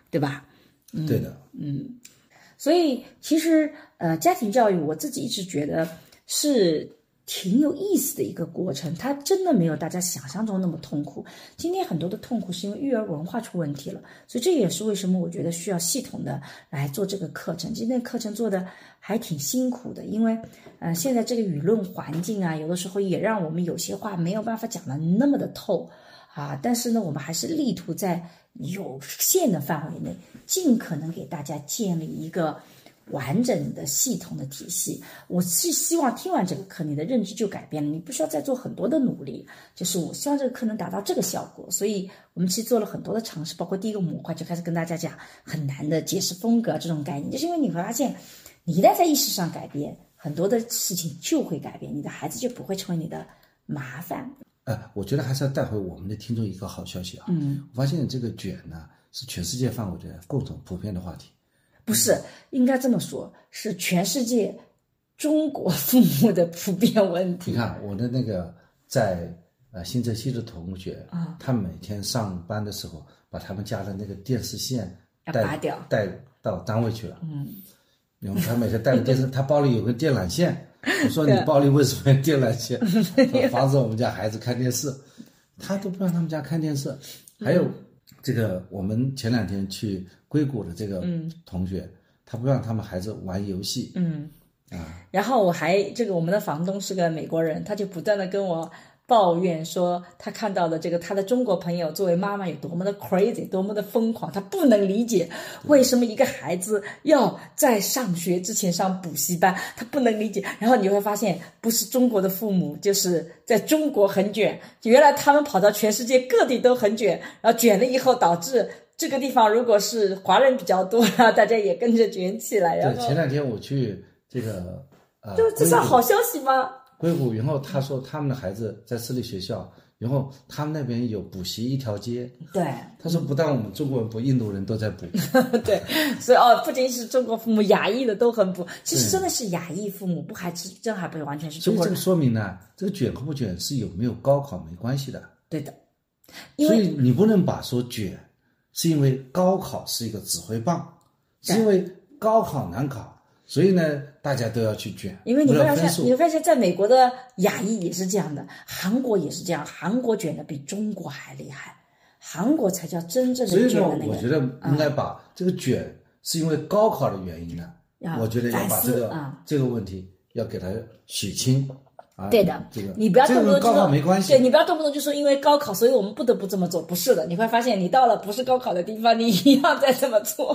对吧？ 嗯，对的， 嗯，所以其实呃，家庭教育我自己一直觉得是挺有意思的一个过程，它真的没有大家想象中那么痛苦。今天很多的痛苦是因为育儿文化出问题了，所以这也是为什么我觉得需要系统的来做这个课程。今天课程做的还挺辛苦的，因为呃，现在这个舆论环境啊，有的时候也让我们有些话没有办法讲得那么的透啊。但是呢，我们还是力图在有限的范围内，尽可能给大家建立一个完整的系统的体系。我是希望听完这个课你的认知就改变了，你不需要再做很多的努力，就是我希望这个课能达到这个效果。所以我们其实做了很多的尝试，包括第一个模块就开始跟大家讲很难的解释风格这种概念，就是因为你会发现你一旦在意识上改变，很多的事情就会改变，你的孩子就不会成为你的麻烦。 呃，我觉得还是要带回我们的听众一个好消息啊！嗯，我发现这个卷呢是全世界范围的共同普遍的话题。 不是，应该这么说，是全世界中国父母的普遍问题。 你看我的那个在呃新泽西的同学啊，他每天上班的时候把他们家的那个电视线带拔掉带到单位去了。嗯，然后他每天带着电视，他包里有个电缆线。我说你包里为什么有电缆线？防止我们家孩子看电视，他都不让他们家看电视。还有这个，我们前两天去硅谷的这个同学，嗯、他不让他们孩子玩游戏。嗯啊， 然后我还这个我们的房东是个美国人，他就不断的跟我抱怨说，他看到的这个他的中国朋友作为妈妈有多么的 crazy， 多么的疯狂，他不能理解为什么一个孩子要在上学之前上补习班，他不能理解。然后你会发现，不是中国的父母就是在中国很卷，原来他们跑到全世界各地都很卷，然后卷了以后导致这个地方如果是华人比较多，然后大家也跟着卷起来。然后对，前两天我去这个呃， 就这是好消息吗？ 硅谷，然后他说他们的孩子在私立学校，然后他们那边有补习一条街。 对， 他说不但我们中国人补，印度人都在补。 对，所以哦，不仅是中国父母，亚裔的都很补。其实真的是亚裔父母，不还是真还不完全是中国人。 所以这个说明呢，这个卷和不卷是有没有高考没关系的。 对的， 所以你不能把说卷是因为高考是一个指挥棒，是因为高考难考。所以呢，大家都要去卷， 因为你会发现，你会发现在美国的亚裔也是这样的，韩国也是这样，韩国卷的比中国还厉害，韩国才叫真正的卷的那个。 所以说，我觉得应该把这个卷是因为高考的原因呢，嗯、我觉得要把这个、嗯、这个问题要给它洗清。啊、 对的， 这个你不要动不动就说、 这个、高考没关系， 对你不要动不动就说因为高考，所以我们不得不这么做，不是的，你会发现你到了不是高考的地方，你一样在这么做。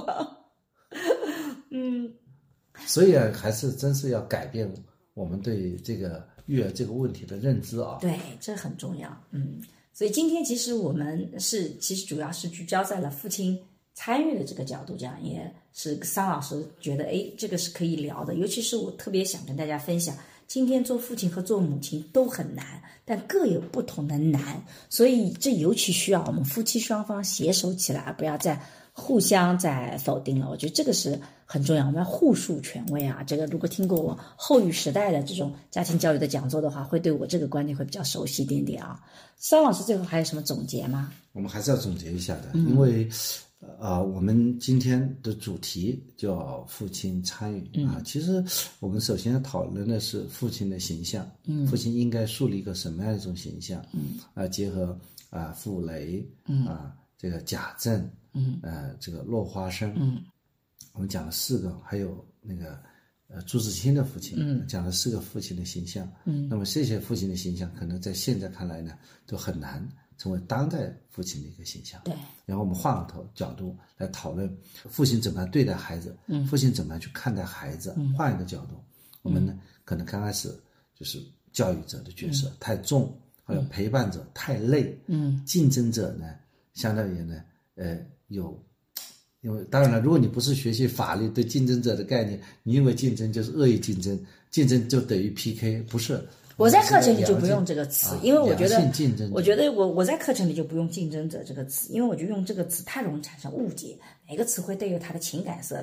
嗯。 所以啊，还是真是要改变我们对这个育儿这个问题的认知啊。 对，这很重要。嗯，所以今天其实我们是其实主要是聚焦在了父亲参与的这个角度讲，也是桑老师觉得，哎，这个是可以聊的。尤其是我特别想跟大家分享，今天做父亲和做母亲都很难，但各有不同的难，所以这尤其需要我们夫妻双方携手起来，不要再互相在否定了。我觉得这个是很重要，我们要互树权威啊。这个如果听过我后育时代的这种家庭教育的讲座的话，会对我这个观点会比较熟悉一点点啊。桑老师最后还有什么总结吗？ 我们还是要总结一下的，嗯、因为啊、呃，我们今天的主题叫父亲参与、嗯、啊。其实我们首先要讨论的是父亲的形象，嗯，父亲应该树立一个什么样的一种形象？嗯，啊，结合啊傅雷，嗯啊这个贾政，嗯呃这个落花生，嗯，我们讲了四个，还有那个呃朱自清的父亲，嗯，讲了四个父亲的形象，嗯，那么这些父亲的形象可能在现在看来呢，都很难成为当代父亲的一个形象。 对， 然后我们换个头角度来讨论父亲怎么样对待孩子，嗯，父亲怎么样去看待孩子，嗯，换一个角度，我们呢、嗯、可能刚开始就是教育者的角色、嗯、太重，还有陪伴者太累，嗯，竞争者呢相当于呢呃有。因为当然了，如果你不是学习法律对竞争者的概念，你以为竞争就是恶意竞争，竞争就等于 P K， 不是。 我在课程里就不用这个词， 啊、 因为我觉得，我觉得我我在课程里就不用竞争者这个词，因为我觉得用这个词太容易产生误解，每个词汇都有它的情感色彩。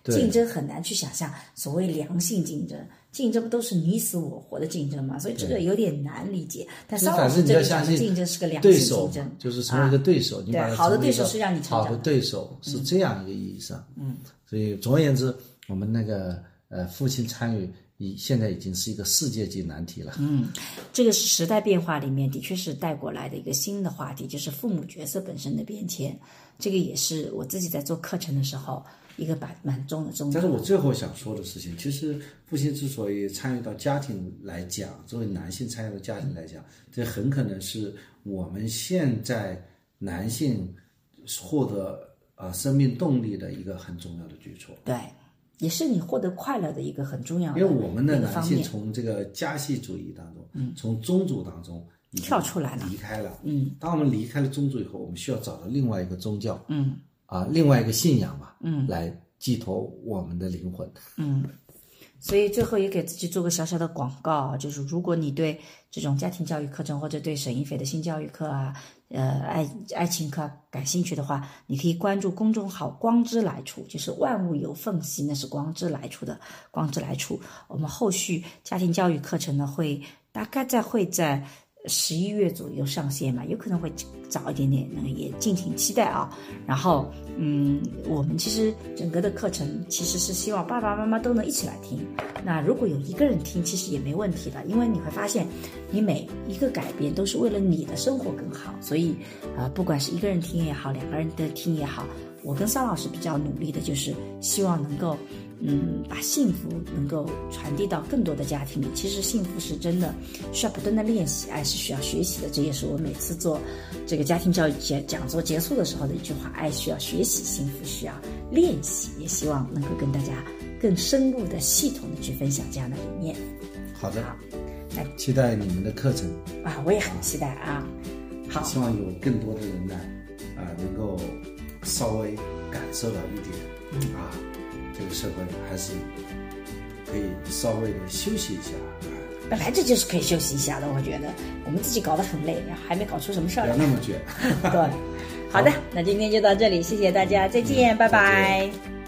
竞争很难去想象所谓良性竞争，竞争不都是你死我活的竞争吗？所以这个有点难理解。但桑老师这里讲的竞争是个良性竞争， 就是成为一个对手，啊、你把它好的对手是让你成长的， 好的对手是这样一个意义上。嗯，所以总而言之，我们那个呃父亲参与。现在已经是一个世界级难题了。 嗯，这个是时代变化里面的确是带过来的一个新的话题，就是父母角色本身的变迁。这个也是我自己在做课程的时候一个蛮蛮重的重点。 但是我最后想说的事情，其实父亲之所以参与到家庭来讲，作为男性参与到家庭来讲，这很可能是我们现在男性获得呃生命动力的一个很重要的举措。 对。也是你获得快乐的一个很重要的一因个方面。 为我们的男性从这个家系主义当中，嗯，从宗族当中跳出来了， 离开了。 嗯， 当我们离开了宗族以后，我们需要找到另外一个宗教， 嗯， 啊，另外一个信仰吧， 嗯， 来寄托我们的灵魂。 嗯，所以最后也给自己做个小小的广告，就是如果你对这种家庭教育课程或者对沈一斐的性教育课啊，呃，爱爱情课感兴趣的话，你可以关注公众号光之来处，就是万物有缝隙，那是光之来处的光之来处。我们后续家庭教育课程呢，会大概在会在十一月左右上线嘛，有可能会早一点点，那个也敬请期待啊。然后，嗯，我们其实整个的课程其实是希望爸爸妈妈都能一起来听。那如果有一个人听，其实也没问题的，因为你会发现，你每一个改变都是为了你的生活更好。所以，啊、呃，不管是一个人听也好，两个人的听也好，我跟桑老师比较努力的就是希望能够。嗯，把幸福能够传递到更多的家庭里。其实幸福是真的需要不断的练习，爱是需要学习的。这也是我每次做这个家庭教育讲讲座结束的时候的一句话：爱需要学习，幸福需要练习。也希望能够跟大家更深入的、系统的去分享这样的理念。 好的，好，那期待你们的课程啊，我也很期待啊。好， 希望有更多的人呢，啊、呃，能够稍微感受到一点、嗯、啊。这个社会还是可以稍微的休息一下， 本来这就是可以休息一下的，我觉得我们自己搞得很累，还没搞出什么事儿来， 不要那么倔。 对，好的，那今天就到这里，谢谢大家，再见，嗯、拜拜。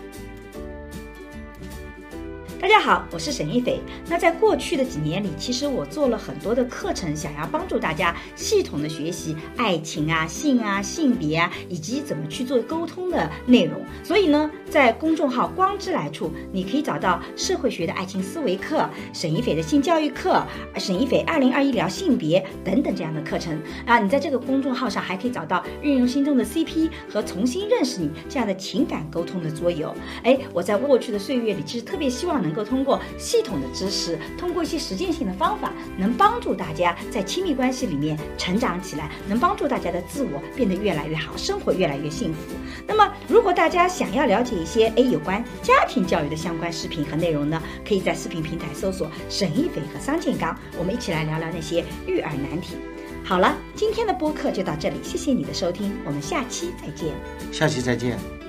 大家好，我是沈一斐。那在过去的几年里，其实我做了很多的课程，想要帮助大家系统的学习爱情啊、性啊、性别啊，以及怎么去做沟通的内容。所以呢，在公众号光之来处，你可以找到社会学的爱情思维课、沈一斐的性教育课、沈一斐二零二一聊性别等等这样的课程啊。你在这个公众号上还可以找到运用心中的 C P 和重新认识你这样的情感沟通的桌游。哎，我在过去的岁月里，其实特别希望能能够通过系统的知识，通过一些实践性的方法，能帮助大家在亲密关系里面成长起来，能帮助大家的自我变得越来越好，生活越来越幸福。那么如果大家想要了解一些诶有关家庭教育的相关视频和内容呢，可以在视频平台搜索沈一斐和桑建刚，我们一起来聊聊那些育儿难题。好了，今天的播客就到这里，谢谢你的收听，我们下期再见。 下期再见。